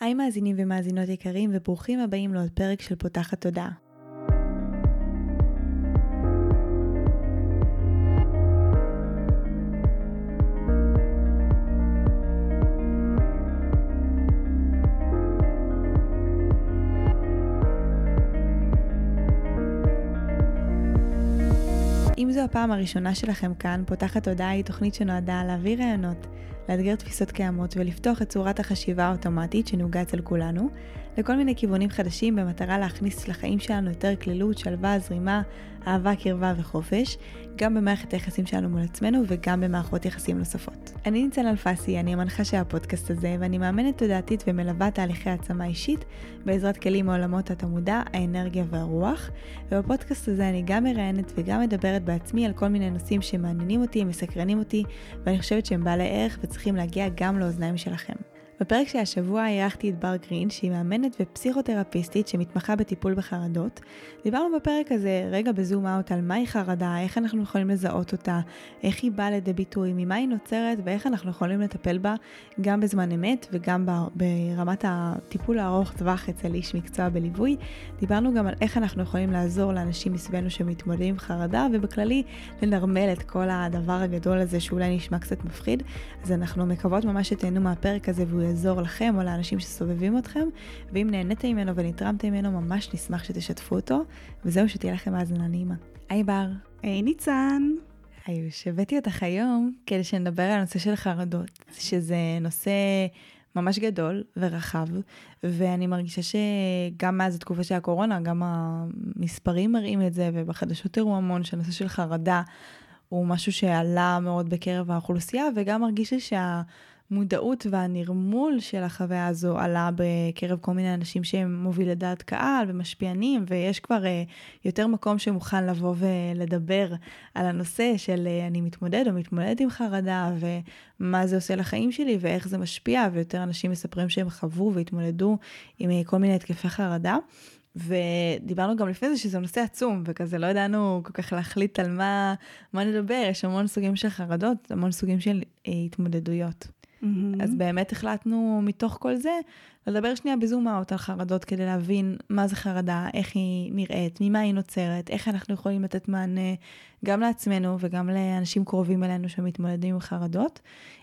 היי מאזינים ומאזינות יקרים וברוכים הבאים לעוד פרק של פותחת תודעה. אם זו הפעם הראשונה שלכם כאן, פותחת תודעה היא תוכנית שנועדה להביא רעיונות, לאתגר תפיסות קיימות ולפתוח את צורת החשיבה האוטומטית שנהוגה אצל כולנו, לכל מיני כיוונים חדשים במטרה להכניס לחיים שלנו יותר כלילות, שלווה, זרימה, אהבה, קרבה וחופש, גם במערכת היחסים שלנו מול עצמנו וגם במערכות יחסים נוספות. אני ניצן אלפסי, אני המנחה של הפודקאסט הזה ואני מאמנת תודעתית ומלווה תהליכי העצמה אישית בעזרת כלים מעולמות התמודע, האנרגיה והרוח, ובפודקאסט הזה אני גם מראיינת וגם מדברת בעצמי על כל מיני נושאים שמעניינים אותי, מסקרנים אותי, ואני חושבת שהם בעלי ערך וצריכים להגיע גם לאוזניים שלכם. בפרק של השבוע אירחתי את בר גרין, שהיא מאמנת ופסיכותרפיסטית שמתמחה בטיפול בחרדות. דיברנו בפרק הזה רגע בזום אאוט על מהי חרדה, איך אנחנו יכולים לזהות אותה, איך היא באה לידי ביטוי, ממה היא נוצרת ואיך אנחנו יכולים לטפל בה גם בזמן אמת וגם ברמת הטיפול הארוך טווח אצל איש מקצוע בליווי. דיברנו גם על איך אנחנו יכולים לעזור לאנשים מסביבנו שמתמודדים עם חרדה ובכללי לנרמל את כל הדבר הגדול הזה שאולי נשמע קצת מפחיד. אז אנחנו מקוות ממש שתהנו מהפרק הזה והוא יעזור לכם או לאנשים שסובבים אתכם, ואם נהנתם ממנו ונתרמתם ממנו ממש נשמח שתשתפו אותו, וזהו, שתהיה לכם האזנה נעימה. היי בר. היי ניצן. היי, הבאתי אותך היום כדי שנדבר על הנושא של חרדות, שזה נושא ממש גדול ורחב, ואני מרגישה שגם מאז התקופה של הקורונה, גם המספרים מראים את זה, ובחדשות תראו המון שהנושא של חרדה הוא משהו שעלה מאוד בקרב האוכלוסייה, וגם מרגישה שהמודעות והנרמול של החוויה הזו עלה בקרב כל מיני אנשים שהם מובילי דעת קהל ומשפיענים, ויש כבר יותר מקום שמוכן לבוא ולדבר על הנושא של אני מתמודד או מתמודד עם חרדה, ומה זה עושה לחיים שלי ואיך זה משפיע, ויותר אנשים מספרים שהם חוו והתמודדו עם כל מיני התקפי חרדה. ודיברנו גם לפני זה שזה נושא עצום, וכזה לא ידענו כל כך להחליט על מה נדבר, יש המון סוגים של חרדות, המון סוגים של התמודדויות. אז באמת החלטנו מתוך כל זה, לדבר שנייה בזום אאוט על חרדות, כדי להבין מה זה חרדה, איך היא נראית, ממה היא נוצרת, איך אנחנו יכולים לתת מענה גם לעצמנו, וגם לאנשים קרובים אלינו שמתמודדים עם חרדות.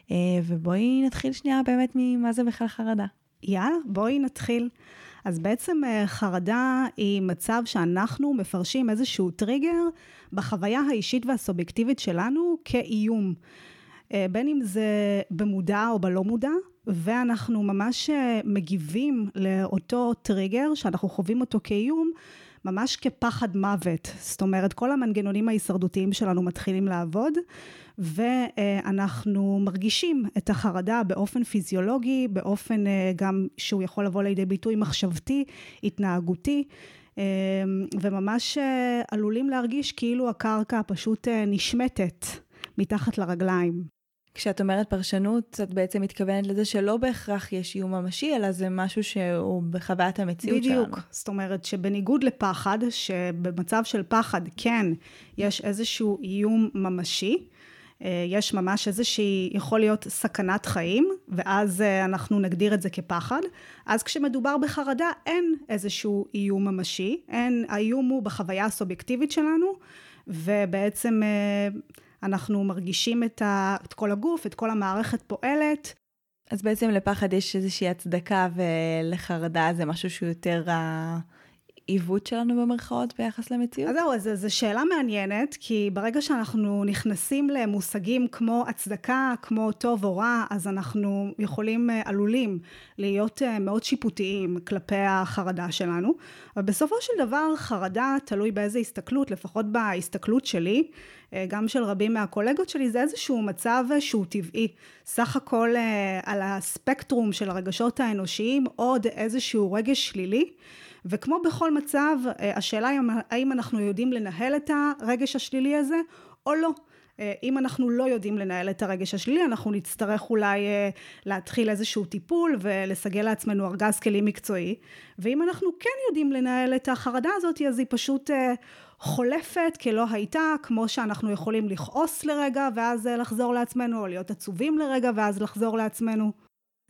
ובואי נתחיל שנייה באמת ממה זה בכלל חרדה. יאללה, בואי נתחיל. אז בעצם חרדה היא מצב שאנחנו מפרשים איזשהו טריגר בחוויה האישית והסובייקטיבית שלנו כאיום. בין אם זה במודע או בלא מודע, ואנחנו ממש מגיבים לאותו טריגר שאנחנו חווים אותו כאיום, ממש כפחד מוות. זאת אומרת, כל המנגנונים ההישרדותיים שלנו מתחילים לעבוד, ואנחנו מרגישים את החרדה באופן פיזיולוגי, באופן גם שהוא יכול לבוא לידי ביטוי מחשבתי, התנהגותי, וממש עלולים להרגיש כאילו הקרקע פשוט נשמטת מתחת לרגליים. כשאת אומרת פרשנות, את בעצם מתכוונת לזה שלא בהכרח יש איום ממשי, אלא זה משהו שהוא בחוויית המציאות שלנו. בדיוק, זאת אומרת שבניגוד לפחד, שבמצב של פחד כן יש איזשהו איום ממשי, יש ממש איזושהי, יכול להיות סכנת חיים, ואז אנחנו נגדיר את זה כפחד, אז כשמדובר בחרדה אין איזשהו איום ממשי, האיום הוא בחוויה הסובייקטיבית שלנו, ובעצם אנחנו מרגישים את כל הגוף, את כל המערכת פועלת. אז בעצם לפחד יש איזושהי הצדקה, ולחרדה זה משהו שהוא יותר העיוות שלנו במרכאות ביחס למציאות? אז זהו, זו שאלה מעניינת, כי ברגע שאנחנו נכנסים למושגים כמו הצדקה, כמו טוב או רע, אז אנחנו עלולים להיות מאוד שיפוטיים כלפי החרדה שלנו, אבל בסופו של דבר חרדה תלוי באיזה הסתכלות, לפחות בהסתכלות שלי, גם של רבים מהקולגות שלי, זה איזשהו מצב שהוא טבעי. סך הכל על הספקטרום של הרגשות האנושיים, עוד איזשהו רגש שלילי, וכמו בכל מצב, השאלה היא האם אנחנו יודעים לנהל את הרגש השלילי הזה, או לא. אם אנחנו לא יודעים לנהל את הרגש השלילי, אנחנו נצטרך אולי להתחיל איזשהו טיפול, ולסגל לעצמנו ארגז כלים מקצועי, ואם אנחנו כן יודעים לנהל את החרדה הזאת, אז היא פשוט חולפת כלא הייתה, כמו שאנחנו יכולים לכעוס לרגע, ואז לחזור לעצמנו, או להיות עצובים לרגע, ואז לחזור לעצמנו.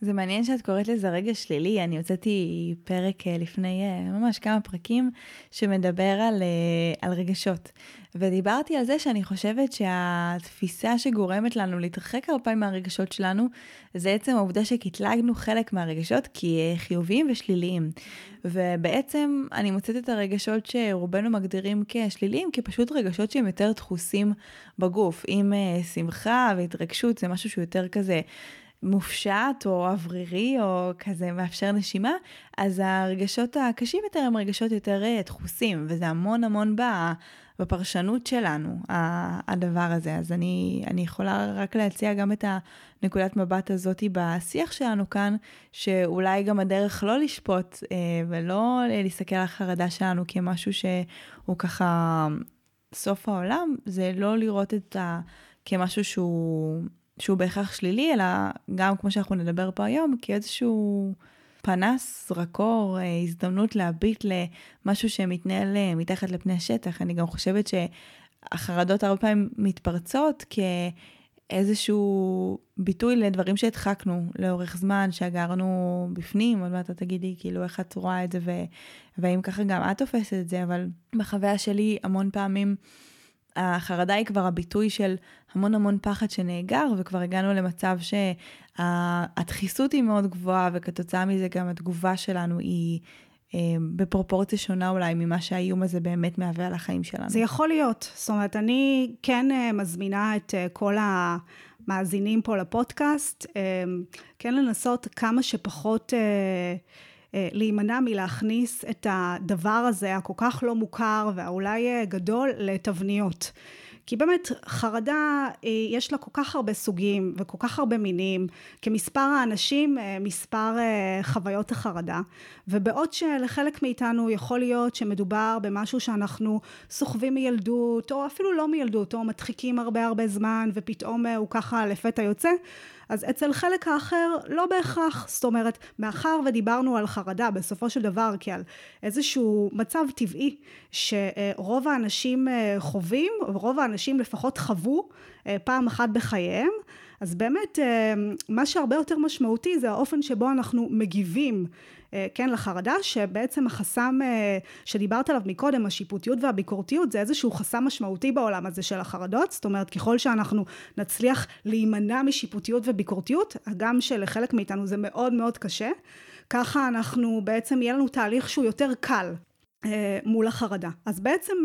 זה מעניין שאת קוראת לזה רגע שלילי. אני הוצאתי פרק לפני ממש כמה פרקים שמדבר על רגשות. ודיברתי על זה שאני חושבת שהתפיסה שגורמת לנו להתרחק הרבה פעמים מהרגשות שלנו, זה עצם העובדה שקטלגנו חלק מהרגשות כחיוביים ושליליים. ובעצם אני מוצאת את הרגשות שרובנו מגדירים כשליליים, כפשוט רגשות שהם יותר דחוסים בגוף. אם שמחה והתרגשות זה משהו שהוא יותר כזה מופשט או אוורירי או כזה מאפשר נשימה, אז הרגשות הקשים יותר הם רגשות יותר דחוסים, וזה המון המון בפרשנות שלנו, הדבר הזה. אז אני יכולה רק להציע גם את הנקודת מבט הזאת בשיח שלנו כאן, שאולי גם הדרך לא לשפוט ולא להסתכל על החרדה שלנו כמשהו שהוא ככה סוף העולם, זה לא לראות כמשהו שהוא בהכרח שלילי, אלא גם כמו שאנחנו נדבר פה היום, כאיזשהו פנס, זרקור, הזדמנות להביט למשהו שמתנהל מתחת לפני השטח. אני גם חושבת שהחרדות הרבה פעמים מתפרצות כאיזשהו ביטוי לדברים שהדחקנו לאורך זמן, שאגרנו בפנים. עוד מעט תגידי כאילו איך את רואה את זה, והאם ככה גם את תופסת את זה, אבל בחוויה שלי המון פעמים החרדה היא כבר הביטוי של המון המון פחד שנאגר, וכבר הגענו למצב שהדחיסות היא מאוד גבוהה, וכתוצאה מזה גם התגובה שלנו היא בפרופורציה שונה אולי ממה שהאיום הזה באמת מהווה על החיים שלנו. זה יכול להיות. זאת אומרת, אני כן מזמינה את כל המאזינים פה לפודקאסט, כן לנסות כמה שפחות להימנע מלהכניס את הדבר הזה, הכל כך לא מוכר ואולי גדול, לתבניות. כי באמת חרדה יש לה כל כך הרבה סוגים וכל כך הרבה מינים, כמספר האנשים, מספר חוויות החרדה. ובעוד שלחלק מאיתנו יכול להיות שמדובר במשהו שאנחנו סוחבים מילדות, או אפילו לא מילדות, או מדחיקים הרבה זמן, ופתאום הוא ככה לפתע יוצא, אז אצל חלק האחר לא בהכרח. זאת אומרת, מאחר ודיברנו על חרדה בסופו של דבר כעל איזשהו מצב טבעי שרוב האנשים חווים, ורוב האנשים לפחות חוו פעם אחת בחייהם, אז באמת מה שהרבה יותר משמעותי זה האופן שבו אנחנו מגיבים כן, לחרדה, שבעצם החסם שדיברת עליו מקודם, השיפוטיות והביקורתיות, זה איזשהו חסם משמעותי בעולם הזה של החרדות. זאת אומרת, ככל שאנחנו נצליח להימנע משיפוטיות וביקורתיות, גם שלחלק מאיתנו זה מאוד מאוד קשה, ככה אנחנו בעצם יהיה לנו תהליך שהוא יותר קל מול החרדה. אז בעצם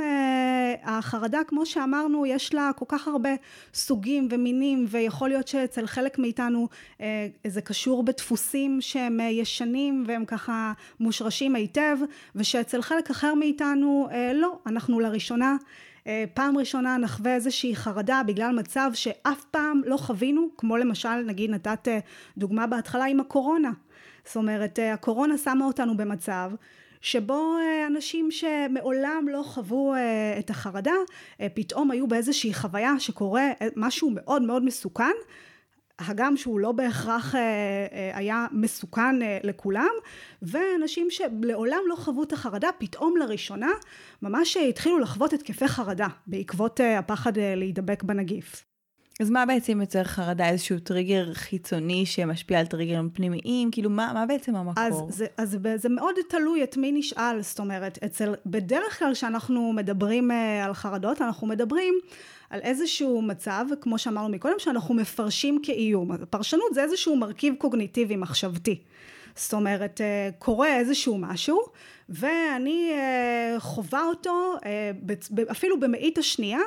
החרדה, כמו שאמרנו, יש לה כל כך הרבה סוגים ומינים, ויכול להיות שאצל חלק מאיתנו זה קשור בדפוסים שהם ישנים והם ככה מושרשים היטב, ושאצל חלק אחר מאיתנו לא, אנחנו לראשונה, פעם ראשונה נחווה איזושהי חרדה בגלל מצב שאף פעם לא חווינו, כמו למשל, נגיד נתת דוגמה בהתחלה עם הקורונה. זאת אומרת, הקורונה שמה אותנו במצב שבו אנשים שמעולם לא חוו את החרדה, פתאום היו באיזושהי חוויה שקורה משהו מאוד מאוד מסוכן, הגם שהוא לא בהכרח היה מסוכן לכולם, ואנשים שלעולם לא חוו את החרדה, פתאום לראשונה ממש התחילו לחוות התקפי חרדה, בעקבות הפחד להידבק בנגיף. אז מה בעצם יוצר חרדה? איזשהו טריגר חיצוני שמשפיע על טריגרים פנימיים? כאילו, מה בעצם המקור? אז זה מאוד תלוי את מי נשאל. זאת אומרת, בדרך כלל שאנחנו מדברים על חרדות, אנחנו מדברים על איזשהו מצב, כמו שאמרנו מקודם, שאנחנו מפרשים כאיום. הפרשנות זה איזשהו מרכיב קוגניטיבי מחשבתי. זאת אומרת, קורה איזשהו משהו, ואני חווה אותו אפילו במאית השנייה,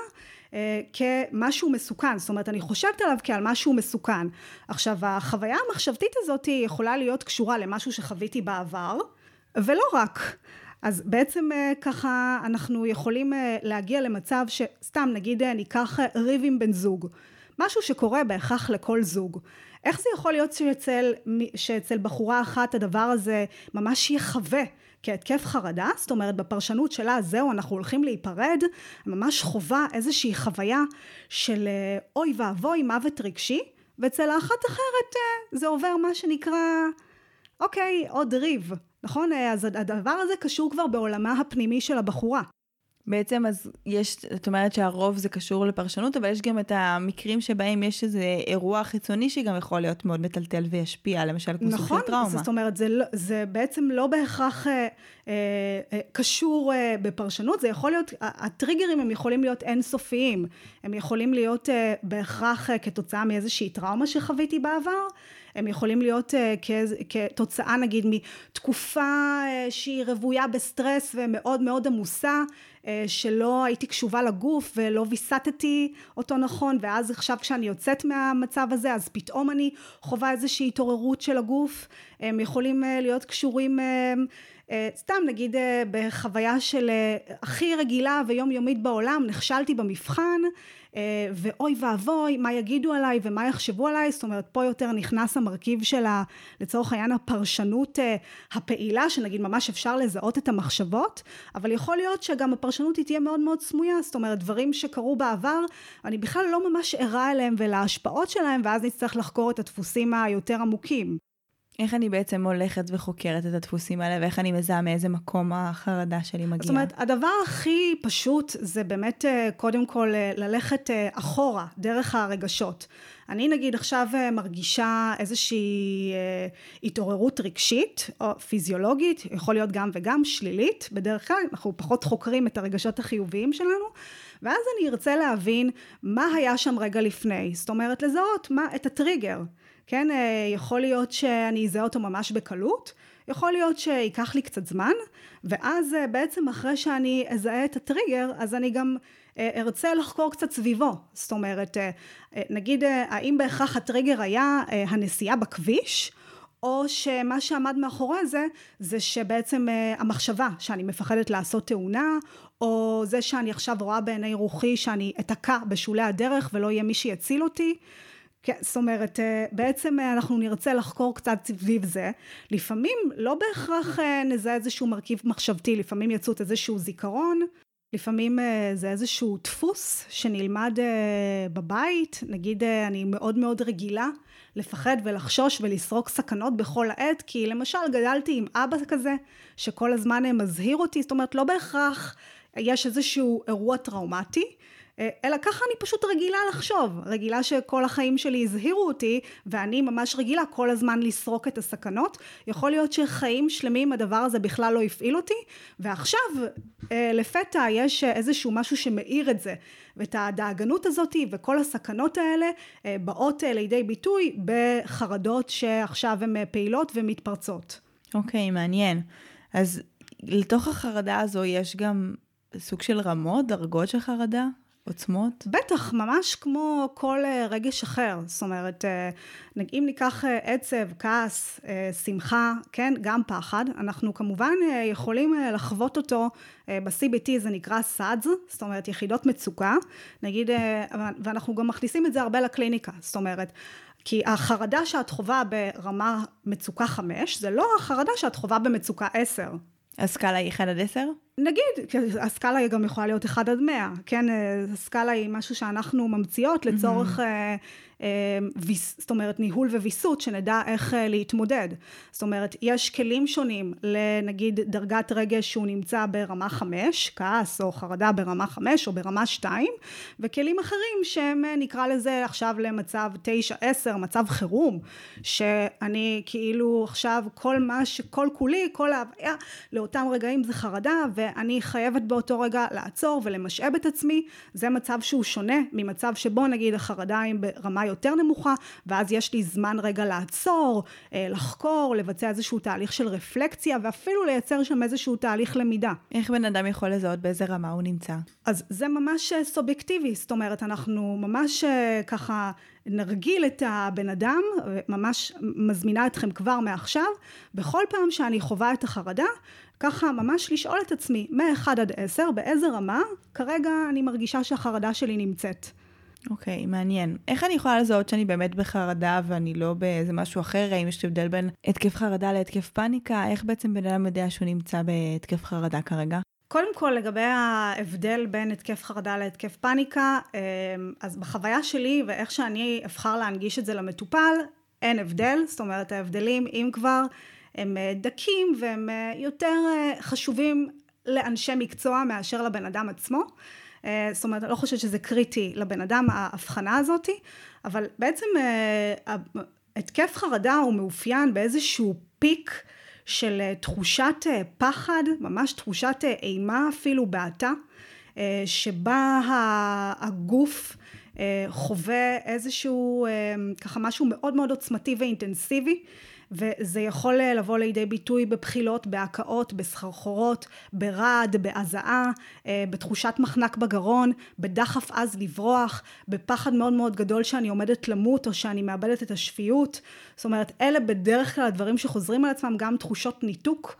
כמשהו מסוכן. זאת אומרת, אני חושבת עליו כעל משהו מסוכן. עכשיו, החוויה המחשבתית הזאת יכולה להיות קשורה למשהו שחוויתי בעבר, ולא רק. אז בעצם ככה אנחנו יכולים להגיע למצב שסתם נגיד ניקח ריב עם בן זוג. משהו שקורה בהכרח לכל זוג. איך זה יכול להיות שאצל בחורה אחת הדבר הזה ממש יחווה כהתקף חרדה? זאת אומרת, בפרשנות שלה, זהו, אנחנו הולכים להיפרד, ממש חובה איזושהי חוויה של אוי ואבוי, מוות רגשי, ואצל האחת אחרת זה עובר מה שנקרא, אוקיי, עוד ריב, נכון? אז הדבר הזה קשור כבר בעולמה הפנימי של הבחורה. בעצם אז יש, את אומרת שהרוב זה קשור לפרשנות, אבל יש גם את המקרים שבהם יש איזה אירוע חיצוני שגם יכול להיות מאוד מטלטל וישפיע, למשל כמו סוג של טראומה. נכון, זאת אומרת, זה בעצם לא בהכרח קשור בפרשנות, זה יכול להיות, הטריגרים הם יכולים להיות אינסופיים, הם יכולים להיות בהכרח כתוצאה מאיזושהי טראומה שחוויתי בעבר, הם יכולים להיות כתוצאה נגיד מתקופה שהיא רוויה בסטרס ומאוד מאוד עמוסה, שלא הייתי קשובה לגוף ולא ויסתתי אותו נכון, ואז עכשיו כשאני יוצאת מהמצב הזה, אז פתאום אני חווה איזושהי התעוררות של הגוף, הם יכולים להיות קשורים, סתם נגיד בחוויה של הכי רגילה ויומיומית בעולם, נכשלתי במבחן, ואוי ואבוי, מה יגידו עליי ומה יחשבו עליי, זאת אומרת, פה יותר נכנס המרכיב של לצורך העניין הפרשנות הפעילה, שנגיד ממש אפשר לזהות את המחשבות, אבל יכול להיות שגם הפרשנות היא תהיה מאוד מאוד סמויה, זאת אומרת, דברים שקרו בעבר, אני בכלל לא ממש ערה אליהם ולהשפעות שלהם, ואז נצטרך לחקור את הדפוסים היותר עמוקים. איך אני בעצם הולכת וחוקרת את הדפוסים האלה, ואיך אני מזהה מאיזה מקום החרדה שלי מגיעה? זאת אומרת, הדבר הכי פשוט זה באמת קודם כל ללכת אחורה, דרך הרגשות. אני נגיד עכשיו מרגישה איזושהי התעוררות רגשית או פיזיולוגית, יכול להיות גם וגם שלילית, בדרך כלל אנחנו פחות חוקרים את הרגשות החיוביים שלנו, ואז אני ארצה להבין מה היה שם רגע לפני, זאת אומרת לזהות את הטריגר. כן, יכול להיות שאני אזהה אותו ממש בקלות, יכול להיות שיקח לי קצת זמן, ואז בעצם אחרי שאני אזהה את הטריגר, אז אני גם ארצה לחקור קצת סביבו. זאת אומרת, נגיד, האם בהכרח הטריגר היה הנסיעה בכביש, או שמה שעמד מאחורי זה שבעצם המחשבה שאני מפחדת לעשות תאונה, או זה שאני עכשיו רואה בעיני רוחי שאני אתקע בשולי הדרך ולא יהיה מי שיציל אותי, כן, זאת אומרת, בעצם אנחנו נרצה לחקור קצת סביב זה, לפעמים לא בהכרח נזהה איזשהו מרכיב מחשבתי, לפעמים יצאות איזשהו זיכרון, לפעמים זה איזשהו דפוס שנלמד בבית, נגיד אני מאוד מאוד רגילה לפחד ולחשוש ולסרוק סכנות בכל העת, כי למשל גדלתי עם אבא כזה שכל הזמן מזהיר אותי, זאת אומרת לא בהכרח יש איזשהו אירוע טראומטי, אלא ככה אני פשוט רגילה לחשוב, רגילה שכל החיים שלי הזהירו אותי, ואני ממש רגילה כל הזמן לסרוק את הסכנות, יכול להיות שחיים שלמים הדבר הזה בכלל לא הפעיל אותי, ועכשיו לפתע יש איזשהו משהו שמאיר את זה, ואת הדאגנות הזאת וכל הסכנות האלה באות לידי ביטוי בחרדות שעכשיו הן פעילות ומתפרצות. אוקיי, מעניין. אז לתוך החרדה הזו יש גם סוג של רמות, דרגות של חרדה? עוצמות? בטח, ממש כמו כל רגש אחר, זאת אומרת, אם ניקח עצב, כעס, שמחה, כן, גם פחד, אנחנו כמובן יכולים לחוות אותו, ב-CBT זה נקרא SADS, זאת אומרת, יחידות מצוקה, נגיד, ואנחנו גם מכניסים את זה הרבה לקליניקה, זאת אומרת, כי החרדה שאת חובה ברמה מצוקה 5, זה לא החרדה שאת חובה במצוקה 10. הסקאלה היא 1 עד 10? נגיד, הסקאלה היא גם יכולה להיות 1 עד 100, כן, הסקאלה היא משהו שאנחנו ממציאות לצורך, זאת אומרת, ניהול וויסות, שנדע איך להתמודד. זאת אומרת, יש כלים שונים, לנגיד דרגת רגש שהוא נמצא ברמה 5, כעס או חרדה ברמה 5 או ברמה 2, וכלים אחרים שהם נקרא לזה עכשיו למצב 9-10, מצב חירום, שאני כאילו עכשיו כל כולי, כל ההוויה, לאותם רגעים זה חרדה, ואני חייבת באותו רגע לעצור ולמשאב את עצמי, זה מצב שהוא שונה ממצב שבו נגיד החרדה היא ברמה יותר נמוכה, ואז יש לי זמן רגע לעצור, לחקור, לבצע איזשהו תהליך של רפלקציה, ואפילו לייצר שם איזשהו תהליך למידה. איך בן אדם יכול לזהות באיזה רמה הוא נמצא? אז זה ממש סובייקטיבי, זאת אומרת, אנחנו ממש ככה נרגיל את הבן אדם, ממש מזמינה אתכם כבר מעכשיו, בכל פעם שאני חווה את החרדה, ככה ממש לשאול את עצמי, מ-1 עד 10, באיזה רמה, כרגע אני מרגישה שהחרדה שלי נמצאת. אוקיי, מעניין. איך אני יכולה לזהות שאני באמת בחרדה ואני לא באיזה משהו אחר? האם יש הבדל בין התקף חרדה להתקף פאניקה? איך בעצם בן אדם יודע שהוא נמצא בהתקף חרדה כרגע? קודם כל, לגבי ההבדל בין התקף חרדה להתקף פאניקה, אז בחוויה שלי ואיך שאני אבחר להנגיש את זה למטופל, אין הבדל, זאת אומרת, ההבדלים אם כבר הם דקים והם יותר חשובים לאנשי מקצוע מאשר לבן אדם עצמו. זאת אומרת, אני לא חושבת שזה קריטי לבן אדם, ההבחנה הזאת, אבל בעצם התקף חרדה הוא מאופיין באיזשהו פיק של תחושת פחד, ממש תחושת אימה אפילו בעתה, שבה הגוף חווה איזשהו ככה משהו מאוד מאוד עוצמתי ואינטנסיבי, וזה יכול לבוא לידי ביטוי בבחילות, בהקאות, בסחרחורות, ברעד, בהזעה, בתחושת מחנק בגרון, בדחף עז לברוח, בפחד מאוד מאוד גדול שאני עומדת למות או שאני מאבדת את השפיות. זאת אומרת, אלה בדרך כלל הדברים שחוזרים על עצמם, גם תחושות ניתוק.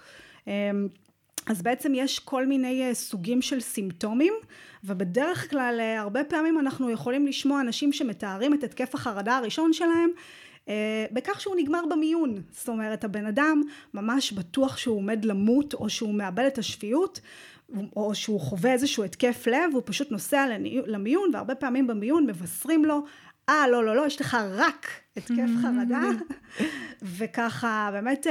אז בעצם יש כל מיני סוגים של סימפטומים, ובדרך כלל הרבה פעמים אנחנו יכולים לשמוע אנשים שמתארים את התקף החרדה הראשון שלהם, בכך שהוא נגמר במיון. זאת אומרת, הבן אדם ממש בטוח שהוא עומד למות, או שהוא מאבד את השפיות, או שהוא חווה איזשהו התקף לב, הוא פשוט נוסע למיון, והרבה פעמים במיון מבשרים לו, לא, יש לך רק התקף חרדה, וככה באמת,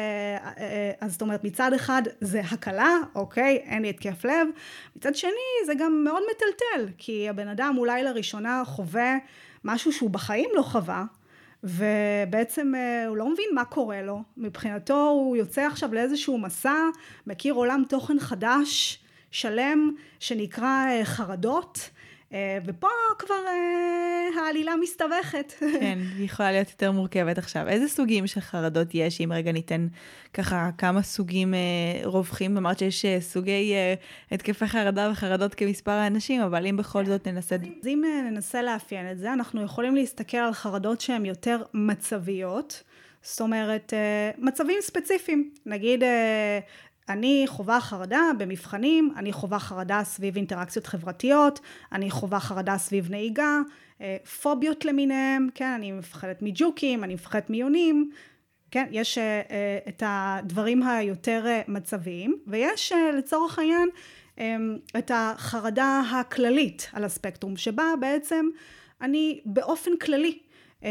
אז זאת אומרת, מצד אחד זה הקלה, אוקיי, אין לי התקף לב, מצד שני זה גם מאוד מטלטל, כי הבן אדם אולי לראשונה חווה משהו שהוא בחיים לא חווה, ובעצם הוא לא מבין מה קורה לו, מבחינתו הוא יוצא עכשיו לאיזשהו מסע, מכיר עולם תוכן חדש, שלם, שנקרא חרדות, ופה כבר העלילה מסתבכת. כן, היא יכולה להיות יותר מורכבת עכשיו. איזה סוגים של חרדות יש? אם רגע ניתן ככה כמה סוגים רווחים, אמרת שיש סוגי התקפי חרדה וחרדות כמספר האנשים, אבל אם בכל זאת ננסה... אז אם ננסה לאפיין את זה, אנחנו יכולים להסתכל על חרדות שהן יותר מצביות, זאת אומרת, מצבים ספציפיים. נגיד... אני חווה חרדה במבחנים, אני חווה חרדה סביב אינטראקציות חברתיות, אני חווה חרדה סביב נהיגה, פוביות למיניהם, כן, אני מפחדת מג'וקים, אני מפחדת מיונים, כן, יש את הדברים היותר מצביים, ויש לצורך העניין את החרדה הכללית על הספקטרום, שבה בעצם אני באופן כללי,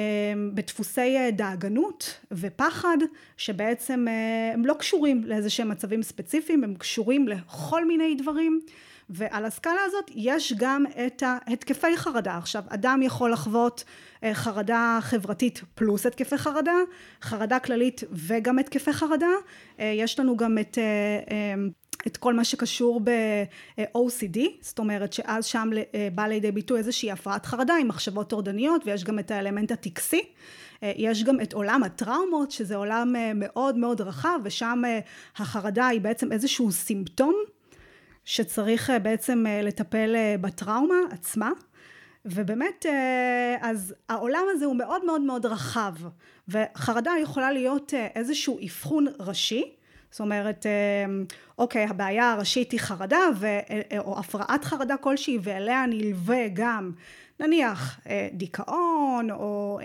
בדפוסי דאגנות ופחד, שבעצם הם לא קשורים לאיזה שהם מצבים ספציפיים, הם קשורים לכל מיני דברים, ועל הסקאלה הזאת יש גם את התקפי חרדה. עכשיו, אדם יכול לחוות חרדה חברתית פלוס התקפי חרדה, חרדה כללית וגם התקפי חרדה, יש לנו גם את כל מה שקשור ב-OCD, זאת אומרת שאז שם בא לידי ביטוי איזושהי הפרעת חרדה עם מחשבות טורדניות, ויש גם את האלמנט הטקסי, יש גם את עולם הטראומות, שזה עולם מאוד מאוד רחב, ושם החרדה היא בעצם איזשהו סימפטום, שצריך בעצם לטפל בטראומה עצמה, ובאמת אז העולם הזה הוא מאוד מאוד מאוד רחב, וחרדה יכולה להיות איזשהו אבחון ראשי, זאת אומרת, אוקיי, הבעיה הראשית היא חרדה, או הפרעת חרדה כלשהי, ואליה נלווה גם, נניח, דיכאון, או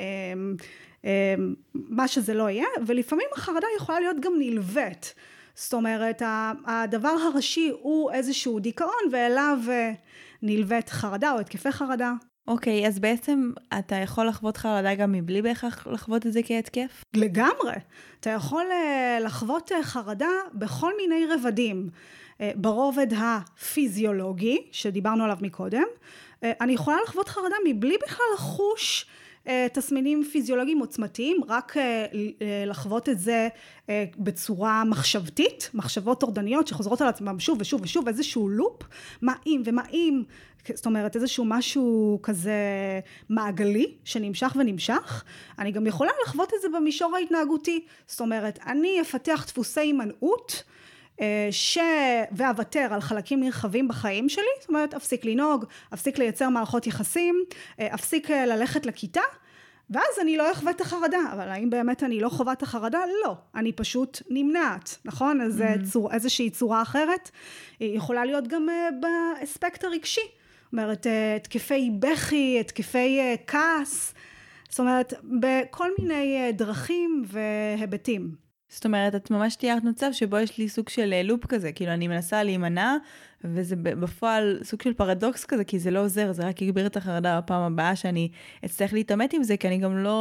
מה שזה לא יהיה, ולפעמים החרדה יכולה להיות גם נלווית. זאת אומרת, הדבר הראשי הוא איזשהו דיכאון, ואליו נלווית חרדה או התקפי חרדה. אוקיי, אז בעצם אתה יכול לחוות חרדה גם מבלי בהכרח לחוות את זה כהתקף? לגמרי. אתה יכול לחוות חרדה בכל מיני רבדים. ברובד הפיזיולוגי, שדיברנו עליו מקודם, אני יכולה לחוות חרדה מבלי בכלל לחוש תסמינים פיזיולוגיים עוצמתיים, רק לחוות את זה בצורה מחשבתית, מחשבות טורדניות שחוזרות על עצמם שוב ושוב ושוב, איזשהו לופ, מה אם, זאת אומרת איזשהו משהו כזה מעגלי שנמשך ונמשך. אני גם יכולה לחוות את זה במישור ההתנהגותי, זאת אומרת אני אפתח דפוסי הימנעות, ואוותר על חלקים נרחבים בחיים שלי, זאת אומרת, אפסיק לנהוג, אפסיק לייצר מערכות יחסים, אפסיק ללכת לכיתה, ואז אני לא אחווה את החרדה. אבל האם באמת אני לא חווה את החרדה? לא. אני פשוט נמנעת, נכון? אז איזושהי צורה אחרת, היא יכולה להיות גם באספקט הרגשי. זאת אומרת, התקפי בכי, התקפי כעס, זאת אומרת, בכל מיני דרכים והיבטים. זאת אומרת, את ממש תיארת מצב שבו יש לי סוג של לופ כזה, כאילו אני מנסה להימנע, וזה בפועל סוג של פרדוקס כזה, כי זה לא עוזר, זה רק יגביר את החרדה בפעם הבאה שאני אצטרך להתאמת עם זה, כי אני גם לא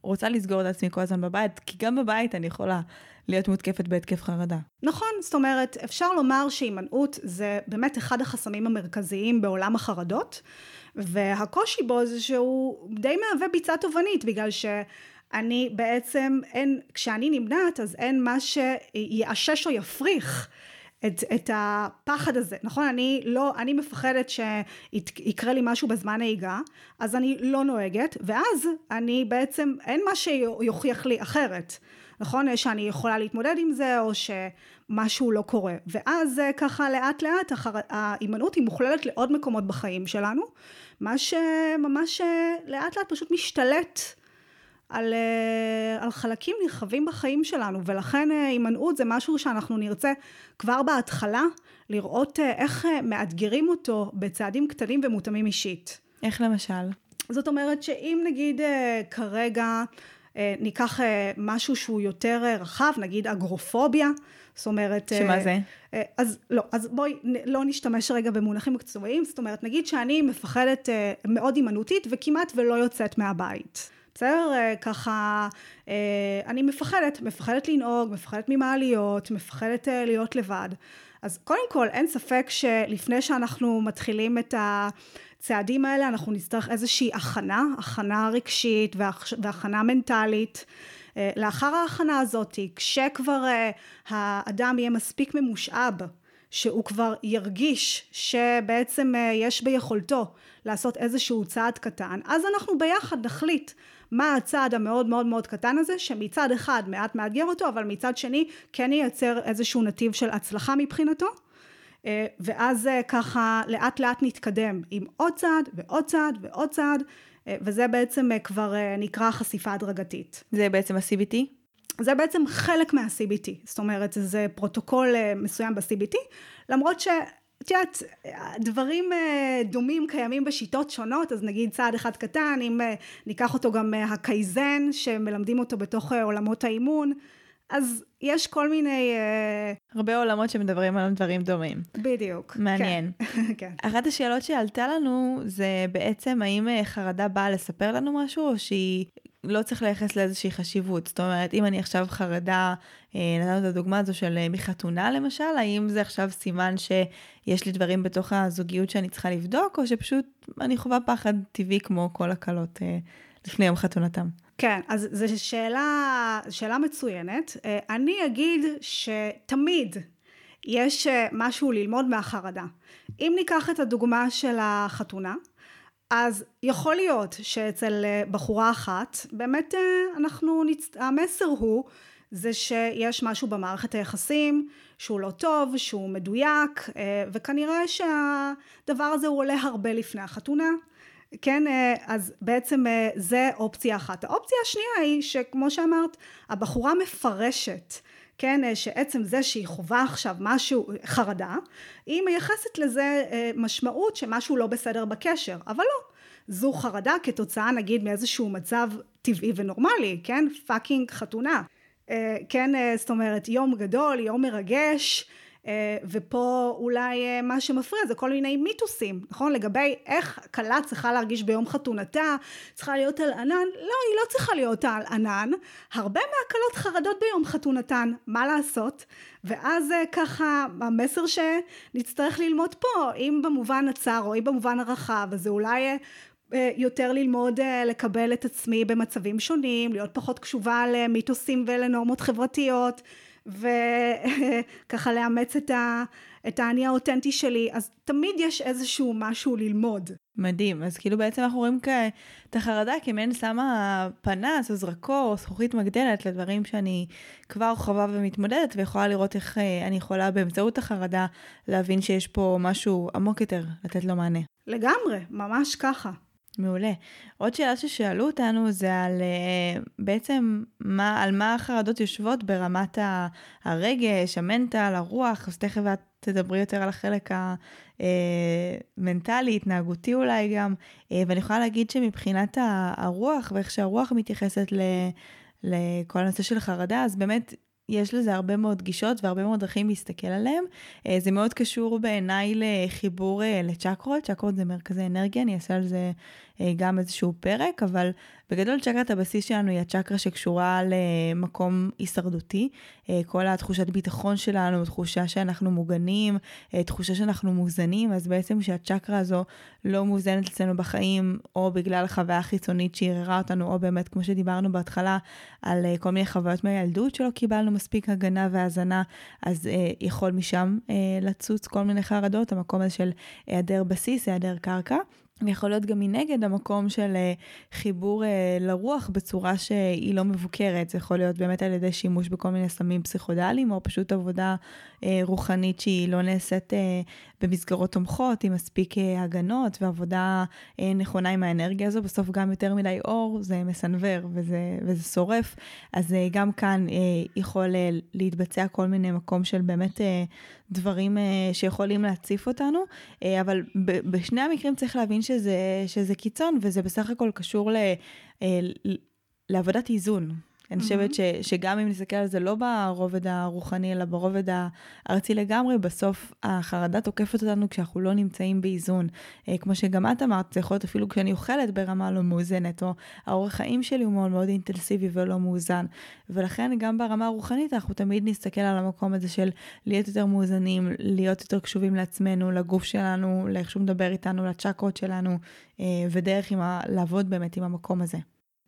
רוצה לסגור את עצמי כל הזמן בבית, כי גם בבית אני יכולה להיות מותקפת בהתקף חרדה. נכון, זאת אומרת, אפשר לומר שהימנעות זה באמת אחד החסמים המרכזיים בעולם החרדות, והקושי בו זה שהוא די מהווה ביצה תובענית, בגלל שאני בעצם, כשאני נמנעת, אז אין מה שיאשש או יפריך את הפחד הזה, נכון? אני מפחדת שיקרה לי משהו בזמן נהיגה, אז אני לא נוהגת, ואז אני בעצם, אין מה שיוכיח לי אחרת, נכון? שאני יכולה להתמודד עם זה, או שמשהו לא קורה. ואז ככה לאט לאט, ההימנעות היא מוכללת לעוד מקומות בחיים שלנו, מה שממש לאט לאט פשוט משתלט על חלקים נרחבים בחיים שלנו, ולכן הימנעות זה משהו שאנחנו נרצה כבר בהתחלה, לראות איך מאתגרים אותו בצעדים קטנים ומותאמים אישית. איך למשל? זאת אומרת שאם נגיד כרגע ניקח משהו שהוא יותר רחב, נגיד אגרופוביה, זאת אומרת... שמה זה? אז בואי לא נשתמש רגע במונחים מקצועיים, זאת אומרת נגיד שאני מפחדת מאוד הימנעותית וכמעט ולא יוצאת מהבית. בסדר? ככה, אני מפחדת לנהוג, מפחדת ממעליות, מפחדת להיות לבד. אז קודם כל, אין ספק שלפני שאנחנו מתחילים את הצעדים האלה, אנחנו נצטרך איזושהי הכנה רגשית והכנה מנטלית. לאחר ההכנה הזאת, כשכבר האדם יהיה מספיק ממושאב, שהוא כבר ירגיש שבעצם יש ביכולתו לעשות איזשהו צעד קטן, אז אנחנו ביחד נחליט מה הצעד המאוד מאוד מאוד קטן הזה, שמצד אחד מעט מאתגר אותו, אבל מצד שני כן ייצר איזשהו נתיב של הצלחה מבחינתו, ואז ככה לאט לאט נתקדם עם עוד צעד ועוד צעד ועוד צעד, וזה בעצם כבר נקרא חשיפה הדרגתית. זה בעצם ה-CBT? זה בעצם חלק מה-CBT, זאת אומרת, זה פרוטוקול מסוים ב-CBT, למרות שתיאת, דברים דומים קיימים בשיטות שונות, אז נגיד צעד אחד קטן, אם ניקח אותו גם הקייזן, שמלמדים אותו בתוך עולמות האימון, אז יש כל מיני... הרבה עולמות שמדברים על דברים דומים. בדיוק. מעניין. כן. אחת השאלות שעלתה לנו, זה בעצם האם חרדה באה לספר לנו משהו, או שהיא לא צריך לייחס לאיזושהי חשיבות. זאת אומרת, אם אני עכשיו חרדה, נתנו את הדוגמה הזו של מחתונה למשל, האם זה עכשיו סימן שיש לי דברים בתוך הזוגיות שאני צריכה לבדוק, או שפשוט אני חווה פחד טבעי כמו כל הקלות לפני יום חתונתם? כן, אז זו שאלה מצוינת. אני אגיד שתמיד יש משהו ללמוד מהחרדה. אם ניקח את הדוגמה של החתונה, אז יכול להיות שאצל בחורה אחת, באמת המסר הוא, זה שיש משהו במערכת היחסים שהוא לא טוב, שהוא מדויק, וכנראה שהדבר הזה הוא עולה הרבה לפני החתונה. כן, אז בעצם זה אופציה אחת. האופציה השנייה היא שכמו שאמרת, הבחורה מפרשת, כן, שעצם זה שהיא חובה עכשיו משהו, חרדה, היא מייחסת לזה משמעות שמשהו לא בסדר בקשר, אבל לא. זו חרדה כתוצאה נגיד מאיזשהו מצב טבעי ונורמלי, כן, פאקינג חתונה. כן, זאת אומרת, יום גדול, יום מרגש, ופה אולי מה שמפריע זה כל מיני מיתוסים, נכון? לגבי איך כלה צריכה להרגיש ביום חתונתה, צריכה להיות על ענן, לא, היא לא צריכה להיות על ענן, הרבה מהקלות חרדות ביום חתונתן, מה לעשות? ואז ככה המסר שנצטרך ללמוד פה, אם במובן הצר או אם במובן הרחב, אז זה אולי יותר ללמוד לקבל את עצמי במצבים שונים, להיות פחות קשובה למיתוסים ולנורמות חברתיות, וככה לאמץ את האני האותנטי שלי, אז תמיד יש איזשהו משהו ללמוד. מדהים, אז כאילו בעצם אנחנו רואים את החרדה כמעין שמה פנס או זרקור או זכוכית מגדלת לדברים שאני כבר חווה ומתמודדת, ויכולה לראות איך אני יכולה באמצעות החרדה להבין שיש פה משהו עמוק יותר, לתת לו מענה. לגמרי, ממש ככה. מעולה. עוד שאלה ששאלו אותנו זה על בעצם על מה החרדות יושבות ברמת הרגש, המנטל, הרוח, אז תכף את תדברי יותר על החלק המנטלי, התנהגותי אולי גם, ואני יכולה להגיד שמבחינת הרוח ואיך שהרוח מתייחסת לכל הנושא של חרדה, אז באמת יש לזה הרבה מאוד גישות והרבה מאוד דרכים להסתכל עליהם. זה מאוד קשור בעיניי לחיבור לצ'קרות. צ'קרות זה מרכזי אנרגיה, אני אעשה על זה גם איזשהו פרק, אבל בגדול צ'קרת הבסיס שלנו היא הצ'קרה שקשורה למקום הישרדותי, כל התחושת ביטחון שלנו, תחושה שאנחנו מוגנים, תחושה שאנחנו מוזנים, אז בעצם שהצ'קרה הזו לא מוזנת אצלנו בחיים, או בגלל חוויה חיצונית שערערה אותנו, או באמת כמו שדיברנו בהתחלה, על כל מיני חוויות מהילדות שלא קיבלנו מספיק הגנה והזנה, אז יכול משם לצוץ כל מיני חרדות, המקום הזה של היעדר בסיס, היעדר קרקע. ויכול להיות גם מנגד המקום של חיבור לרוח בצורה שהיא לא מבוקרת. זה יכול להיות באמת על ידי שימוש בכל מיני סמים פסיכודליים, או פשוט עבודה רוחנית שהיא לא נעשית במסגרות תומכות, עם מספיק הגנות, ועבודה נכונה עם האנרגיה הזו. בסוף גם יותר מדי אור, זה מסנבר וזה שורף. אז גם כאן יכול להתבצע כל מיני מקום של באמת דברים שיכולים להציף אותנו, אבל בשני המקרים צריך להבין שזה קיצון, וזה בסך הכל קשור לעבודת איזון. אני חושבת שגם אם נסתכל על זה לא ברובד הרוחני, אלא ברובד הארצי לגמרי, בסוף החרדה תוקפת אותנו כשאנחנו לא נמצאים באיזון. כמו שגם את אמרת, זה יכול להיות אפילו כשאני אוכלת ברמה לא מאוזנת, או האורח חיים שלי הוא מאוד מאוד אינטנסיבי ולא מאוזן. ולכן גם ברמה הרוחנית אנחנו תמיד נסתכל על המקום הזה של להיות יותר מאוזנים, להיות יותר קשובים לעצמנו, לגוף שלנו, לאיך שהוא מדבר איתנו, לצ'קרות שלנו, ודרך לעבוד באמת עם המקום הזה.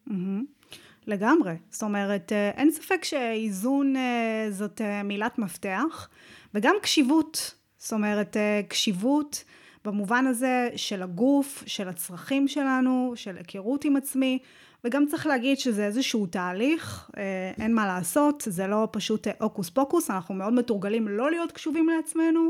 לגמרי. זאת אומרת, אין ספק שאיזון זאת מילת מפתח, וגם קשיבות. זאת אומרת, קשיבות במובן הזה של הגוף, של הצרכים שלנו, של היכרות עם עצמי, וגם צריך להגיד שזה איזשהו תהליך, אין מה לעשות, זה לא פשוט אוקוס פוקוס, אנחנו מאוד מתורגלים לא להיות קשובים לעצמנו,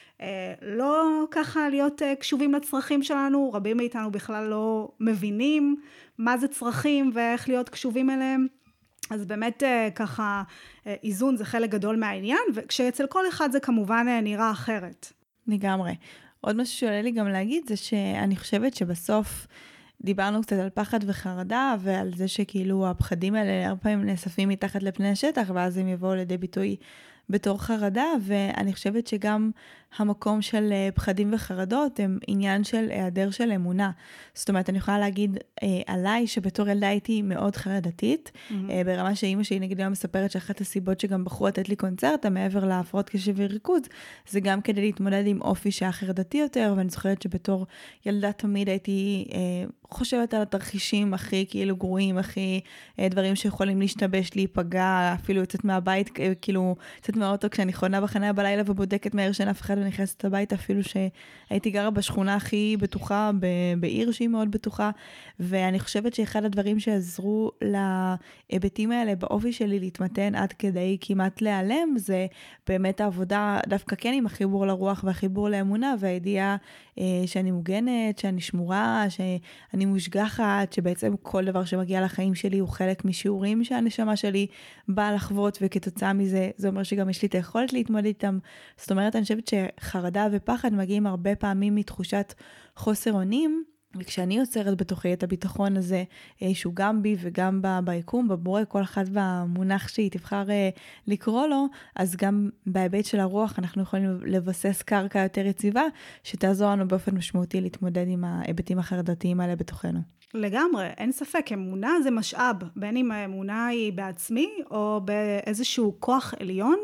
לא ככה להיות קשובים לצרכים שלנו, רבים מאיתנו בכלל לא מבינים מה זה צרכים ואיך להיות קשובים אליהם, אז באמת ככה איזון זה חלק גדול מהעניין, וכשאצל כל אחד זה כמובן נראה אחרת. לגמרי. עוד משהו שעולה לי גם להגיד זה שאני חושבת שבסוף דיברנו קצת על פחד וחרדה, ועל זה שכאילו הפחדים האלה הרבה פעמים נאספים מתחת לפני השטח, ואז הם יבואו לידי ביטוי בתור חרדה, ואני חושבת שגם המקום של פחדים וחרדות הם עניין של היעדר של אמונה. זאת אומרת, אני יכולה להגיד עליי שבתור ילדה הייתי מאוד חרדתית, ברמה שאימא שלי נגיד היום מספרת שאחת הסיבות שגם בחרו לתת לי קונצרטה מעבר להפרעות קשב וריכוז, זה גם כדי להתמודד עם אופי שהיה חרדתי יותר, ואני זוכרת שבתור ילדה תמיד הייתי חושבת על התרחישים הכי כאילו גרועים, הכי דברים שיכולים להשתבש, להיפגע, אפילו יוצאת מהבית, כאילו יוצאת מהאוטו כשאני חונה בחניה בלילה ובודקת מהר שאין אף אחד ונכנסת הביתה, אפילו שהייתי גרה בשכונה הכי בטוחה, בעיר שהיא מאוד בטוחה, ואני חושבת שאחד הדברים שעזרו להיבטים האלה באופי שלי להתמתן עד כדי כמעט להיעלם, זה באמת העבודה דווקא כן עם החיבור לרוח והחיבור לאמונה, והידיעה שאני מוגנת, שאני שמורה, שאני מושגחת, שבעצם כל דבר שמגיע לחיים שלי הוא חלק משיעורים שהנשמה שלי באה לחוות, וכתוצאה מזה זה אומר שגם יש לי את היכולת להתמודד איתם. זאת אומרת, אני חושבת שחרדה ופחד מגיעים הרבה פעמים מתחושת חוסר אונים, וכשאני יוצרת בתוכי את הביטחון הזה, שהוא גם בי וגם ביקום, בבורא, כל אחד במונח שהיא תבחר לקרוא לו, אז גם בהיבט של הרוח אנחנו יכולים לבסס קרקע יותר יציבה, שתעזור לנו באופן משמעותי להתמודד עם ההיבטים החרדתיים האלה בתוכנו. לגמרי, אין ספק, אמונה זה משאב, בין אם האמונה היא בעצמי או באיזשהו כוח עליון,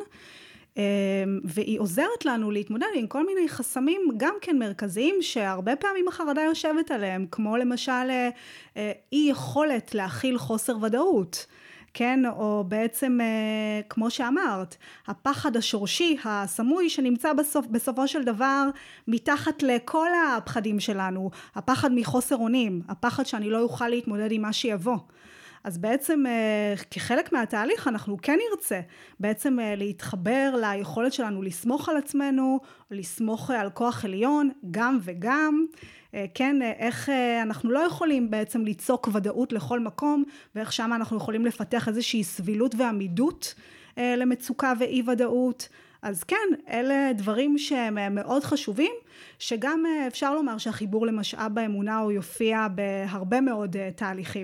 והיא עוזרת לנו להתמודד עם כל מיני חסמים גם כן מרכזיים שהרבה פעמים החרדה יושבת עליהם, כמו למשל אי יכולת להכיל חוסר ודאות, כן, או בעצם כמו שאמרת, הפחד השורשי הסמוי שנמצא בסופו של דבר מתחת לכל הפחדים שלנו, הפחד מחוסר אונים, הפחד שאני לא אוכל להתמודד עם מה שיבוא. אז בעצם כחלק מהתהליך אנחנו כן נרצה בעצם להתחבר ליכולת שלנו לסמוך על עצמנו, לסמוך על כוח עליון, גם וגם, כן, איך אנחנו לא יכולים בעצם ליצוק ודאות לכל מקום, ואיך שם אנחנו יכולים לפתח איזושהי סבילות ועמידות למצוקה ואי ודאות. אז כן, אלה דברים שהם מאוד חשובים, שגם אפשר לומר שהחיבור למשאב באמונה הוא יופיע בהרבה מאוד תהליכים.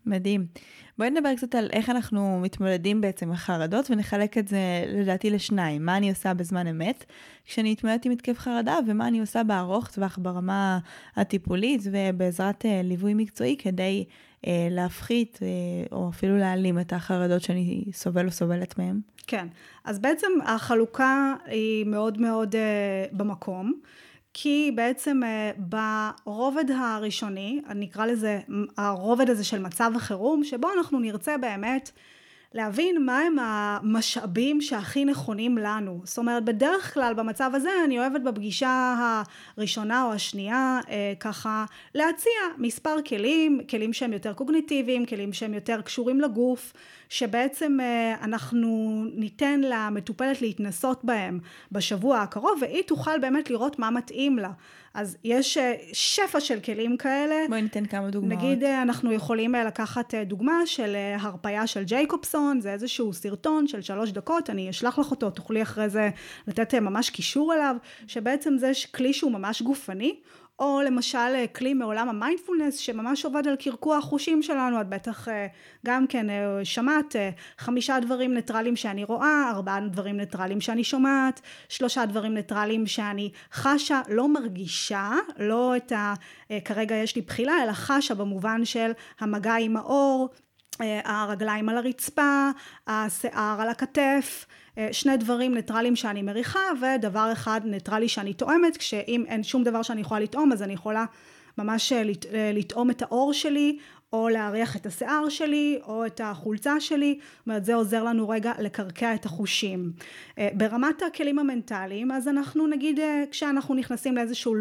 מדהים. בואי נדבר קצת על איך אנחנו מתמודדים בעצם עם חרדות, ונחלק את זה לדעתי לשניים. מה אני עושה בזמן אמת, כשאני מתמודדת עם התקף חרדה, ומה אני עושה בארוך טווח ברמה הטיפולית, ובעזרת ליווי מקצועי, כדי להפחית, או אפילו להעלים את החרדות שאני סובל או סובלת מהם. כן, אז בעצם החלוקה היא מאוד מאוד במקום, כי בעצם ברובד הראשוני, נקרא לזה הרובד הזה של מצב החירום, שבו אנחנו נרצה באמת להבין מהם המשאבים שהכי נכונים לנו. זאת אומרת, בדרך כלל במצב הזה אני אוהבת בפגישה הראשונה או השנייה ככה להציע מספר כלים שהם יותר קוגניטיביים, כלים שהם יותר קשורים לגוף, שבעצם אנחנו ניתן למטופלת להתנסות בהם בשבוע הקרוב, והיא תוכל באמת לראות מה מתאים לה. אז יש שפע של כלים כאלה. בואי ניתן כמה דוגמאות. נגיד אנחנו יכולים לקחת דוגמה של הרפאיה של ג'ייקובסון, זה איזשהו סרטון של 3 דקות, אני אשלח לך אותו, תוכלי אחרי זה לתת ממש קישור אליו, שבעצם זה כלי שהוא ממש גופני, או למשל כלי מעולם המיינדפולנס שממש עובד על קרקוע החושים שלנו, את בטח גם כן שמעת 5 דברים ניטרליים שאני רואה, 4 דברים ניטרליים שאני שומעת, 3 דברים ניטרליים שאני חשה, לא מרגישה, לא את כרגע יש לי בחילה, אלא חשה במובן של המגע עם האור, הרגליים על הרצפה, השיער על הכתף, 2 דברים ניטרליים שאני מריחה, ודבר אחד ניטרלי שאני תואמת, כשאם אין שום דבר שאני יכולה לטעום, אז אני יכולה ממש לטעום את האור שלי, או להריח את השיער שלי, או את החולצה שלי, זאת אומרת, זה עוזר לנו רגע לקרקע את החושים. ברמת הכלים המנטליים, אז אנחנו נגיד, כשאנחנו נכנסים לאיזשהו